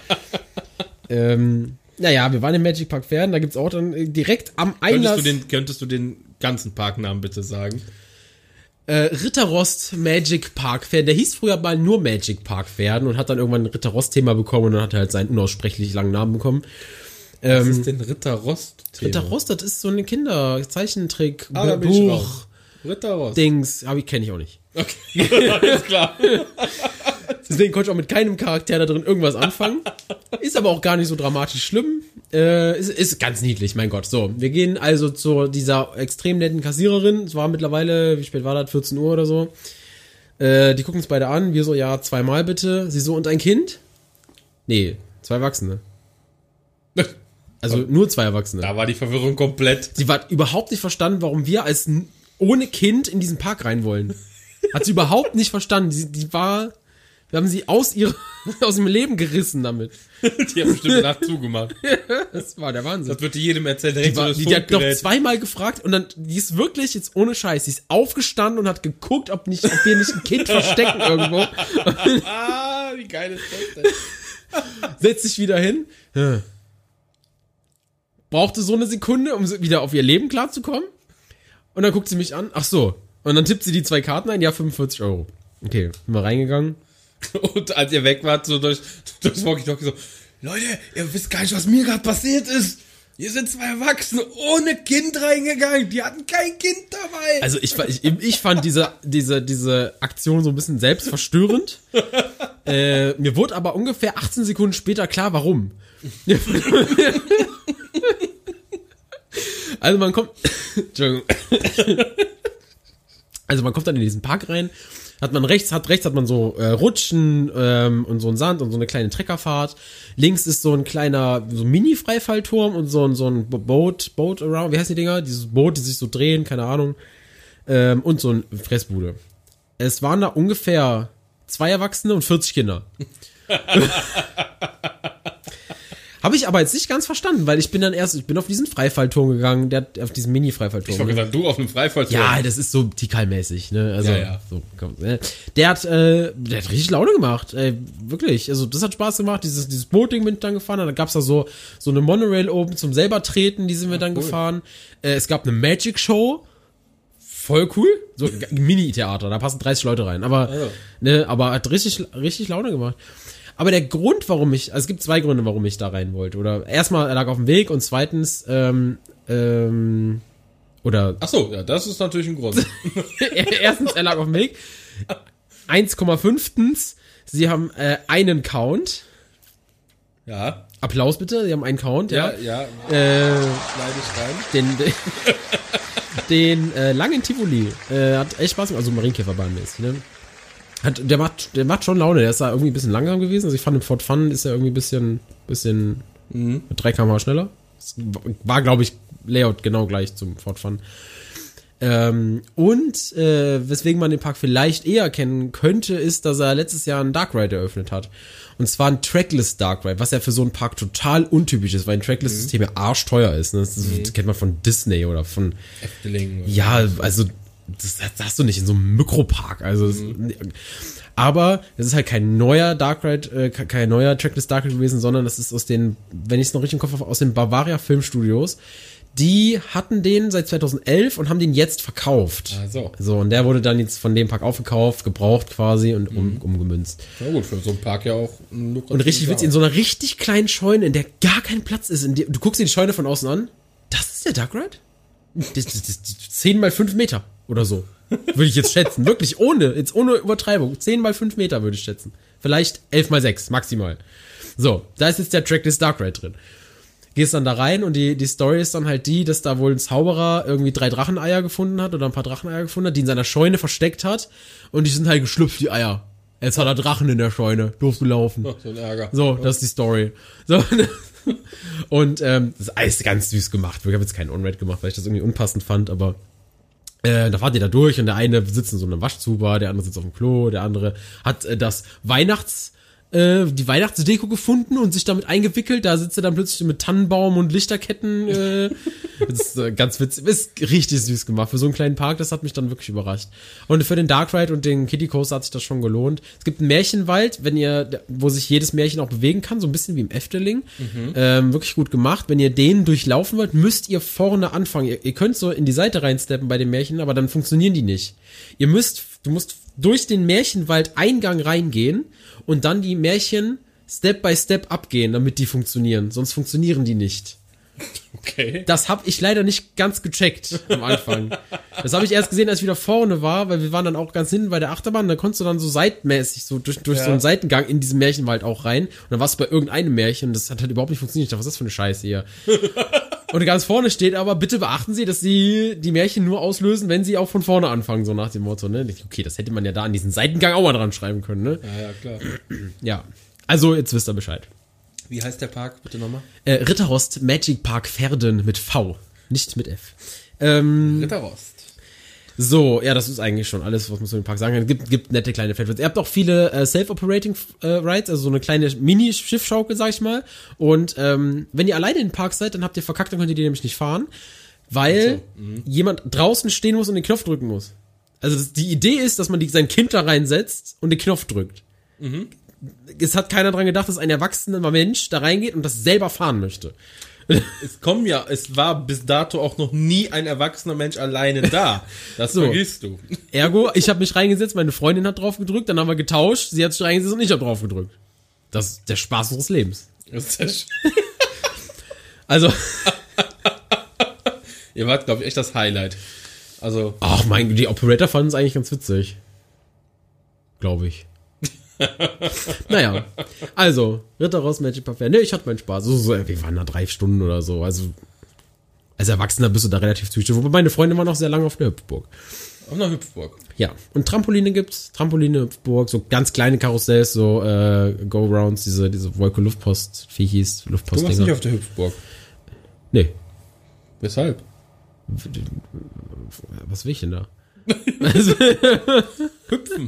naja, wir waren im Magic Park Verden, da gibt's auch dann direkt am Einlass... Könntest du den ganzen Parknamen bitte sagen? Ritterrost Magic Park Verden, der hieß früher mal nur Magic Park Verden und hat dann irgendwann ein Ritterrost-Thema bekommen und dann hat er halt seinen unaussprechlich langen Namen bekommen. Was ist denn Ritterrost-Thema? Ritterrost, das ist so ein Kinderzeichentrick, da bin ich Buch, raus. Ritterrost. Dings, kenne ich auch nicht. Okay, alles klar. Deswegen konnte ich auch mit keinem Charakter da drin irgendwas anfangen. Ist aber auch gar nicht so dramatisch schlimm. Ist ganz niedlich, mein Gott. So, wir gehen also zu dieser extrem netten Kassiererin. Es war mittlerweile, wie spät war das? 14 Uhr oder so. Die gucken uns beide an. Wir so, ja, 2-mal bitte. Sie so, und ein Kind? Nee, 2 Erwachsene. Also nur 2 Erwachsene. Da war die Verwirrung komplett. Sie hat überhaupt nicht verstanden, warum wir als ohne Kind in diesen Park rein wollen. Hat sie überhaupt nicht verstanden. Wir haben sie aus dem Leben gerissen damit. Die haben bestimmt danach zugemacht. Das war der Wahnsinn. Das wird jedem erzählen. Direkt Die hat noch 2-mal gefragt und dann, die ist wirklich, jetzt ohne Scheiß, die ist aufgestanden und hat geguckt, ob wir nicht ein Kind verstecken irgendwo. Wie geil ist das denn? Setzt sich wieder hin. Brauchte so eine Sekunde, um wieder auf ihr Leben klarzukommen. Und dann guckt sie mich an. Ach so. Und dann tippt sie die 2 Karten ein. Ja, 45 €. Okay, sind wir reingegangen. Und als ihr weg wart, so durchs Walkie-Talkie so, Leute, ihr wisst gar nicht, was mir gerade passiert ist. Hier sind 2 Erwachsene ohne Kind reingegangen. Die hatten kein Kind dabei. Also ich fand diese Aktion so ein bisschen selbstverstörend. Mir wurde aber ungefähr 18 Sekunden später klar, warum. Also man kommt, Entschuldigung. Also man kommt dann in diesen Park rein, hat man so Rutschen und so einen Sand und so eine kleine Treckerfahrt. Links ist so ein kleiner, so Mini-Freifallturm und so ein Boat around, wie heißen die Dinger? Dieses Boot, die sich so drehen, keine Ahnung. Und so ein Fressbude. Es waren da ungefähr 2 Erwachsene und 40 Kinder. Habe ich aber jetzt nicht ganz verstanden, weil ich bin auf diesen Freifallturm gegangen, auf diesen Mini-Freifallturm. Ich habe gesagt, du auf einem Freifallturm. Ja, das ist so Tikal-mäßig, ne? Also, ja. So, komm, ne? Der hat richtig Laune gemacht, wirklich. Also, das hat Spaß gemacht, dieses Boating bin ich dann gefahren, da gab's da so eine Monorail oben zum selber treten, die sind wir dann gefahren. Es gab eine Magic-Show, voll cool, so ein Mini-Theater, da passen 30 Leute rein, aber hat richtig Laune gemacht. Aber der Grund, es gibt 2 Gründe, warum ich da rein wollte. Oder erstmal, er lag auf dem Weg und zweitens, Ach so, ja, das ist natürlich ein Grund. Erstens, er lag auf dem Weg. 1,5. Sie haben einen Count. Ja. Applaus bitte, sie haben einen Count, ja. Ja. Schneide ich rein. Den langen Tivoli hat echt Spaß gemacht, also Marienkäferbahnmäßig, ne? Der macht schon Laune, der ist da irgendwie ein bisschen langsam gewesen. Also ich fand im Ford Fun ist er irgendwie ein bisschen mit 3 km/h schneller. Das war, glaube ich, Layout genau gleich zum Ford Fun. Weswegen man den Park vielleicht eher kennen könnte, ist, dass er letztes Jahr einen Dark Ride eröffnet hat. Und zwar ein Trackless Dark Ride, was ja für so einen Park total untypisch ist, weil ein Trackless-System ja arschteuer ist. Ne? Das kennt man von Disney oder von Efteling. Ja, also das hast du nicht in so einem Mikropark. Also aber es ist halt kein neuer Dark Ride, kein neuer Trackless Dark Ride gewesen, sondern das ist aus den, wenn ich es noch richtig im Kopf habe, aus den Bavaria Filmstudios. Die hatten den seit 2011 und haben den jetzt verkauft. So, und der wurde dann jetzt von dem Park aufgekauft, gebraucht quasi und umgemünzt. Na gut, für so einen Park ja auch ein Und richtig witzig, in so einer richtig kleinen Scheune, in der gar kein Platz ist. Du guckst dir die Scheune von außen an. Das ist der Dark Ride? Das 10 mal 5 Meter oder so. Würde ich jetzt schätzen. Wirklich ohne Übertreibung. 10 mal 5 Meter würde ich schätzen. Vielleicht 11 mal 6 maximal. So, da ist jetzt der Trackless Dark Ride drin. Gehst dann da rein und die Story ist dann halt die, dass da wohl ein Zauberer irgendwie 3 Dracheneier gefunden hat oder ein paar Dracheneier gefunden hat, die in seiner Scheune versteckt hat und die sind halt geschlüpft, die Eier. Jetzt hat er Drachen in der Scheune, durfte laufen. Oh, so ein Ärger. So, das ist die Story. So, und das ist alles ganz süß gemacht. Ich habe jetzt keinen On-Ride gemacht, weil ich das irgendwie unpassend fand, aber da fahrt ihr da durch und der eine sitzt in so einem Waschzuber, der andere sitzt auf dem Klo, der andere hat die Weihnachtsdeko gefunden und sich damit eingewickelt. Da sitzt er dann plötzlich mit Tannenbaum und Lichterketten. Das ist ganz witzig. Ist richtig süß gemacht. Für so einen kleinen Park, das hat mich dann wirklich überrascht. Und für den Dark Ride und den Kiddie Coaster hat sich das schon gelohnt. Es gibt einen Märchenwald, wo sich jedes Märchen auch bewegen kann, so ein bisschen wie im Efteling. Wirklich gut gemacht. Wenn ihr den durchlaufen wollt, müsst ihr vorne anfangen. Ihr könnt so in die Seite reinsteppen bei den Märchen, aber dann funktionieren die nicht. Du musst durch den Märchenwald Eingang reingehen und dann die Märchen Step by Step abgehen, damit die funktionieren. Sonst funktionieren die nicht. Okay. Das habe ich leider nicht ganz gecheckt am Anfang. Das habe ich erst gesehen, als ich wieder vorne war, weil wir waren dann auch ganz hinten bei der Achterbahn. Da konntest du dann so seitmäßig so durch so einen Seitengang in diesen Märchenwald auch rein. Und dann warst du bei irgendeinem Märchen und das hat halt überhaupt nicht funktioniert. Ich dachte, was ist das für eine Scheiße hier? Und ganz vorne steht aber, bitte beachten Sie, dass Sie die Märchen nur auslösen, wenn Sie auch von vorne anfangen, so nach dem Motto, ne? Okay, das hätte man ja da an diesen Seitengang auch mal dran schreiben können, ne? Ja, klar. Ja, also jetzt wisst ihr Bescheid. Wie heißt der Park, bitte nochmal? Ritterrost Magic Park Verden mit V, nicht mit F. Ritterrost. So, ja, das ist eigentlich schon alles, was man zu dem Park sagen kann. Gibt nette kleine Feldwitz. Ihr habt auch viele Self-Operating Rides, also so eine kleine Mini-Schiffschaukel, sag ich mal. Und wenn ihr alleine in den Park seid, dann habt ihr verkackt, dann könnt ihr die nämlich nicht fahren, weil jemand draußen stehen muss und den Knopf drücken muss. Also die Idee ist, dass man sein Kind da reinsetzt und den Knopf drückt. Es hat keiner dran gedacht, dass ein erwachsener Mensch da reingeht und das selber fahren möchte. Es war bis dato auch noch nie ein erwachsener Mensch alleine da. Das vergisst du. Ergo, ich habe mich reingesetzt, meine Freundin hat drauf gedrückt, dann haben wir getauscht, sie hat sich reingesetzt und ich habe drauf gedrückt. Das ist der Spaß unseres Lebens. Also. Ihr wart, glaube ich, echt das Highlight. Also. Ach mein, die Operator fanden es eigentlich ganz witzig. Glaube ich. Naja, also, Ritterrost Magic Park. Ne, ich hatte meinen Spaß. Wir waren da 3 Stunden oder so. Also Als Erwachsener bist du da relativ züchtig. Wobei meine Freunde waren noch sehr lange auf der Hüpfburg. Auf einer Hüpfburg. Ja. Und Trampoline gibt's. Trampoline, Hüpfburg, so ganz kleine Karussells, so Go-Rounds, diese Wolke-Luftpost, wie hieß, Du warst Luftpost-Dinger. nicht auf der Hüpfburg. Nee. Weshalb? Was will ich denn da? Hüpfen.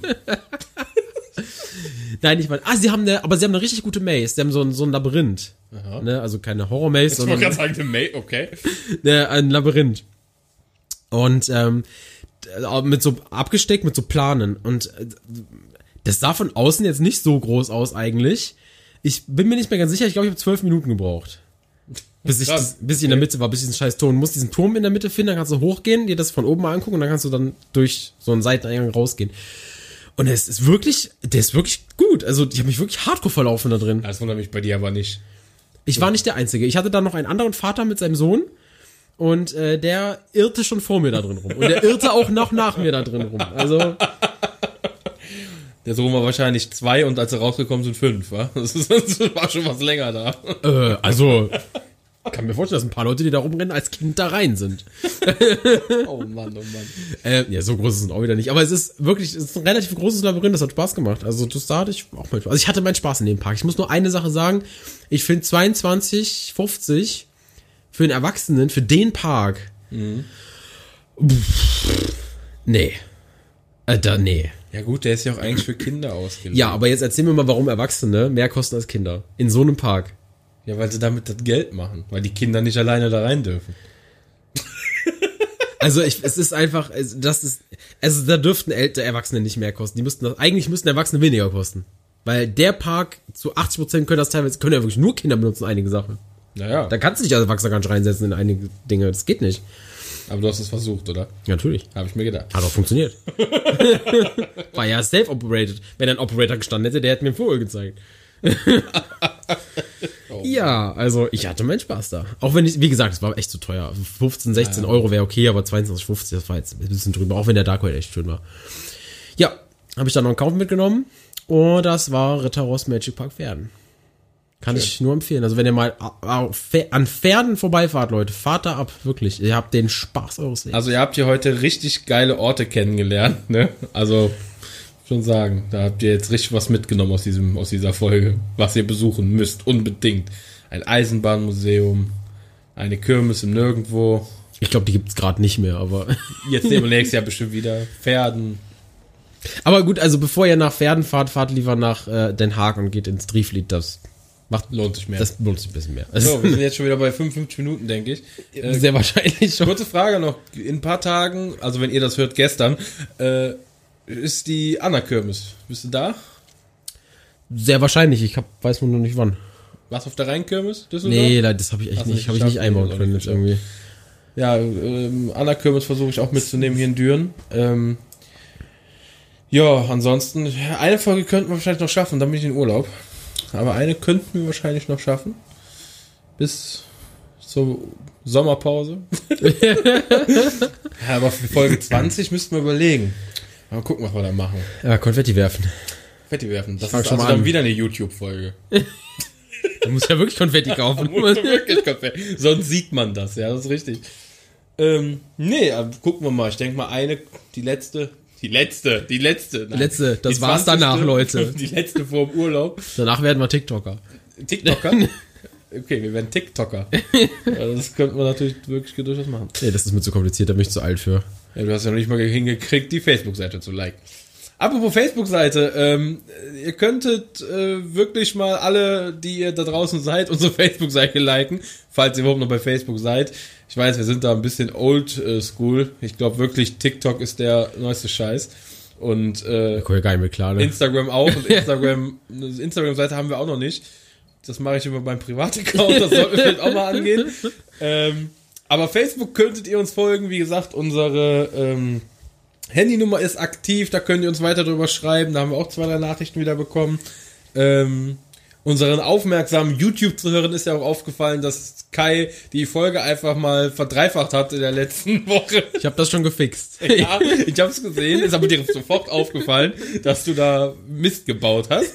Nein, ich meine, sie haben eine richtig gute Maze. Sie haben so ein Labyrinth. Aha. Ne? Also keine Horror-Maze, Ich wollte sondern gerade sagen, okay. ein Labyrinth. Und mit so abgesteckt, mit so Planen. Und das sah von außen jetzt nicht so groß aus eigentlich. Ich bin mir nicht mehr ganz sicher, ich glaube, ich habe 12 Minuten gebraucht. Bis ich in der Mitte war, bis ich diesen scheiß Turm. Du musst diesen Turm in der Mitte finden, dann kannst du hochgehen, dir das von oben mal angucken und dann kannst du dann durch so einen Seiteneingang rausgehen. Und der ist wirklich gut. Also ich habe mich wirklich hardcore verlaufen da drin. Das wundert mich bei dir aber nicht. Ich war nicht der Einzige. Ich hatte da noch einen anderen Vater mit seinem Sohn und der irrte schon vor mir da drin rum. Und der irrte auch noch nach mir da drin rum. Also Der Sohn war wahrscheinlich 2 und als sie rausgekommen sind 5, wa? Das war schon was länger da. Ich kann mir vorstellen, dass ein paar Leute, die da rumrennen, als Kind da rein sind. Oh Mann, oh Mann. Ja, so groß ist es auch wieder nicht. Aber es ist ein relativ großes Labyrinth, das hat Spaß gemacht. Also da hatte ich auch mal Spaß. Also ich hatte meinen Spaß in dem Park. Ich muss nur eine Sache sagen. Ich finde 22,50 für einen Erwachsenen, für den Park. Nee. Nee. Ja gut, der ist ja auch eigentlich für Kinder ausgelegt. Ja, aber jetzt erzähl mir mal, warum Erwachsene mehr kosten als Kinder. In so einem Park. Ja, weil sie damit das Geld machen. Weil die Kinder nicht alleine da rein dürfen. Also es ist einfach, da dürften Erwachsene nicht mehr kosten. Eigentlich müssten Erwachsene weniger kosten. Weil der Park zu 80% können ja wirklich nur Kinder benutzen, einige Sachen. Naja, Da kannst du dich als Erwachsener gar nicht reinsetzen in einige Dinge. Das geht nicht. aber du hast es versucht, oder? Ja, natürlich. Habe ich mir gedacht. Hat auch funktioniert. War ja self-operated. Wenn ein Operator gestanden hätte, der hätte mir einen Vogel gezeigt. Ja, also ich hatte meinen Spaß da. Auch wenn wie gesagt, es war echt zu teuer. 15, 16 Euro wäre okay, aber 22,50, das war jetzt ein bisschen drüber. Auch wenn der Dark Ride echt schön war. Ja, habe ich dann noch einen Kauf mitgenommen. Und das war Ritter Ross Magic Park Pferden. Kann ich nur empfehlen. Also wenn ihr mal an Pferden vorbeifahrt, Leute, fahrt da ab. Wirklich. Ihr habt den Spaß eures Lebens. Also ihr habt hier heute richtig geile Orte kennengelernt, ne? Also schon sagen, da habt ihr jetzt richtig was mitgenommen aus dieser Folge, was ihr besuchen müsst, unbedingt. Ein Eisenbahnmuseum, eine Kirmes im Nirgendwo. Ich glaube, die gibt's gerade nicht mehr, aber Jetzt nehmen wir nächstes Jahr bestimmt wieder Pferden. aber gut, also bevor ihr nach Pferden fahrt lieber nach Den Haag und geht ins Drieflied. Das Lohnt sich mehr. Das lohnt sich ein bisschen mehr. So, wir sind jetzt schon wieder bei 55 Minuten, denke ich. Sehr wahrscheinlich schon. Kurze Frage noch. In ein paar Tagen, also wenn ihr das hört, gestern, ist die Anna-Kirmes. Bist du da? Sehr wahrscheinlich. Ich weiß nur noch nicht wann. Warst du auf der Rheinkirmes? Düsseldorf? Nee, das habe ich echt nicht. Habe ich nicht einbauen können jetzt irgendwie. Ja, Anna-Kirmes versuche ich auch mitzunehmen hier in Düren. Ja, ansonsten, eine Folge könnten wir wahrscheinlich noch schaffen, dann bin ich in Urlaub. Aber eine könnten wir wahrscheinlich noch schaffen. Bis zur Sommerpause. Ja, aber für Folge 20 müssten wir überlegen. Mal gucken, was wir da machen. Ja, Konfetti werfen. Konfetti werfen. Das fang ist schon also mal dann an. wieder eine YouTube-Folge. Du musst ja wirklich Konfetti kaufen. Musst du wirklich Konfetti. Sonst sieht man das, ja, das ist richtig. Nee, aber gucken wir mal. Ich denke mal die letzte. Das war's 20. danach, Leute. Die letzte vor dem Urlaub. Danach werden wir TikToker. TikToker? Okay, wir werden TikToker. Ja, das könnten wir natürlich wirklich durchaus machen. Nee, das ist mir zu kompliziert, da bin ich zu alt für. Ja, du hast ja noch nicht mal hingekriegt, die Facebook-Seite zu liken. Apropos Facebook-Seite, ihr könntet wirklich mal alle, die ihr da draußen seid, unsere Facebook-Seite liken, falls ihr überhaupt noch bei Facebook seid. Ich weiß, wir sind da ein bisschen old school. Ich glaube wirklich, TikTok ist der neueste Scheiß. Und Da komme ich gar nicht mehr klar, ne? Instagram auch. Und Instagram-Seite haben wir auch noch nicht. Das mache ich über meinen Privataccount. Das sollten wir vielleicht auch mal angehen. Aber Facebook könntet ihr uns folgen. Wie gesagt, unsere Handynummer ist aktiv. Da könnt ihr uns weiter drüber schreiben. Da haben wir auch 2, 3 Nachrichten wieder bekommen. Unseren aufmerksamen YouTube-Zuhörern ist ja auch aufgefallen, dass Kai die Folge einfach mal verdreifacht hat in der letzten Woche. Ich habe das schon gefixt. Ja, ich hab's gesehen. Ist aber dir sofort aufgefallen, dass du da Mist gebaut hast.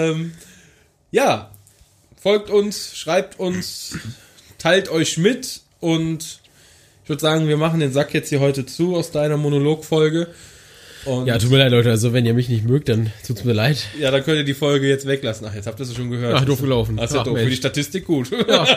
Ja, folgt uns, schreibt uns, teilt euch mit Und ich würde sagen, wir machen den Sack jetzt hier heute zu aus deiner Monologfolge. Und Ja, tut mir leid, Leute. Also, wenn ihr mich nicht mögt, dann tut's mir leid. ja, dann könnt ihr die Folge jetzt weglassen. Ach, jetzt habt ihr es schon gehört. Ach, doof gelaufen. Das ist ja Ach, doof. Für Mensch. die Statistik gut.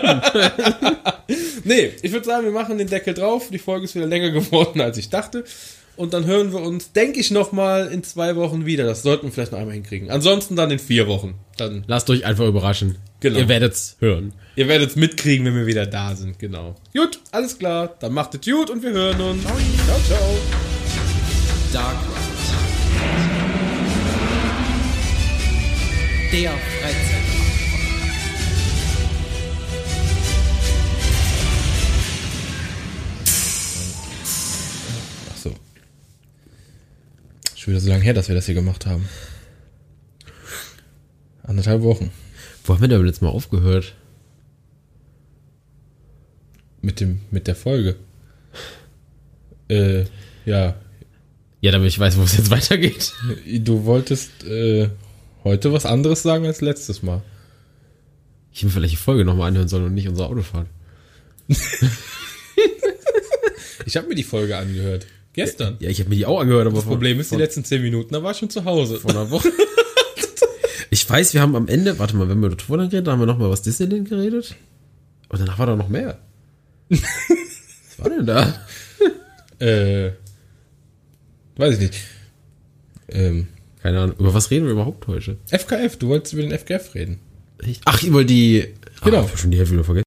Nee, ich würde sagen, wir machen den Deckel drauf. Die Folge ist wieder länger geworden, als ich dachte. Und dann hören wir uns, denke ich, nochmal in 2 Wochen wieder. Das sollten wir vielleicht noch einmal hinkriegen. Ansonsten dann in 4 Wochen. Dann, Lasst euch einfach überraschen. Genau. Ihr werdet's hören. ihr werdet es mitkriegen, wenn wir wieder da sind. Genau. Gut, alles klar. Dann macht es gut und wir hören uns. Ciao, ciao. Dark Ride. Der Freizeit. Ach so. Schon wieder so lange her, dass wir das hier gemacht haben. 1,5 Wochen. Wo haben wir denn jetzt mal aufgehört? Mit der Folge. Ja. Ja, damit ich weiß, wo es jetzt weitergeht. Du wolltest heute was anderes sagen als letztes Mal. Ich hätte mir vielleicht die Folge nochmal anhören sollen und nicht unsere Autofahrt. Ich habe mir die Folge angehört. Gestern. Ja, ich habe mir die auch angehört, aber Das Problem ist, die letzten 10 Minuten, da war ich schon zu Hause. vor einer Woche. Ich weiß, wir haben am Ende, warte mal, wenn wir über Touren geredet haben, wir nochmal was Disneyland geredet. Und danach war da noch mehr. Was war denn da? Weiß ich nicht. Keine Ahnung. Über was reden wir überhaupt heute? FKF, du wolltest über den FKF reden. Ach, über die... Genau. Ich hab schon die Hälfte wieder vergessen.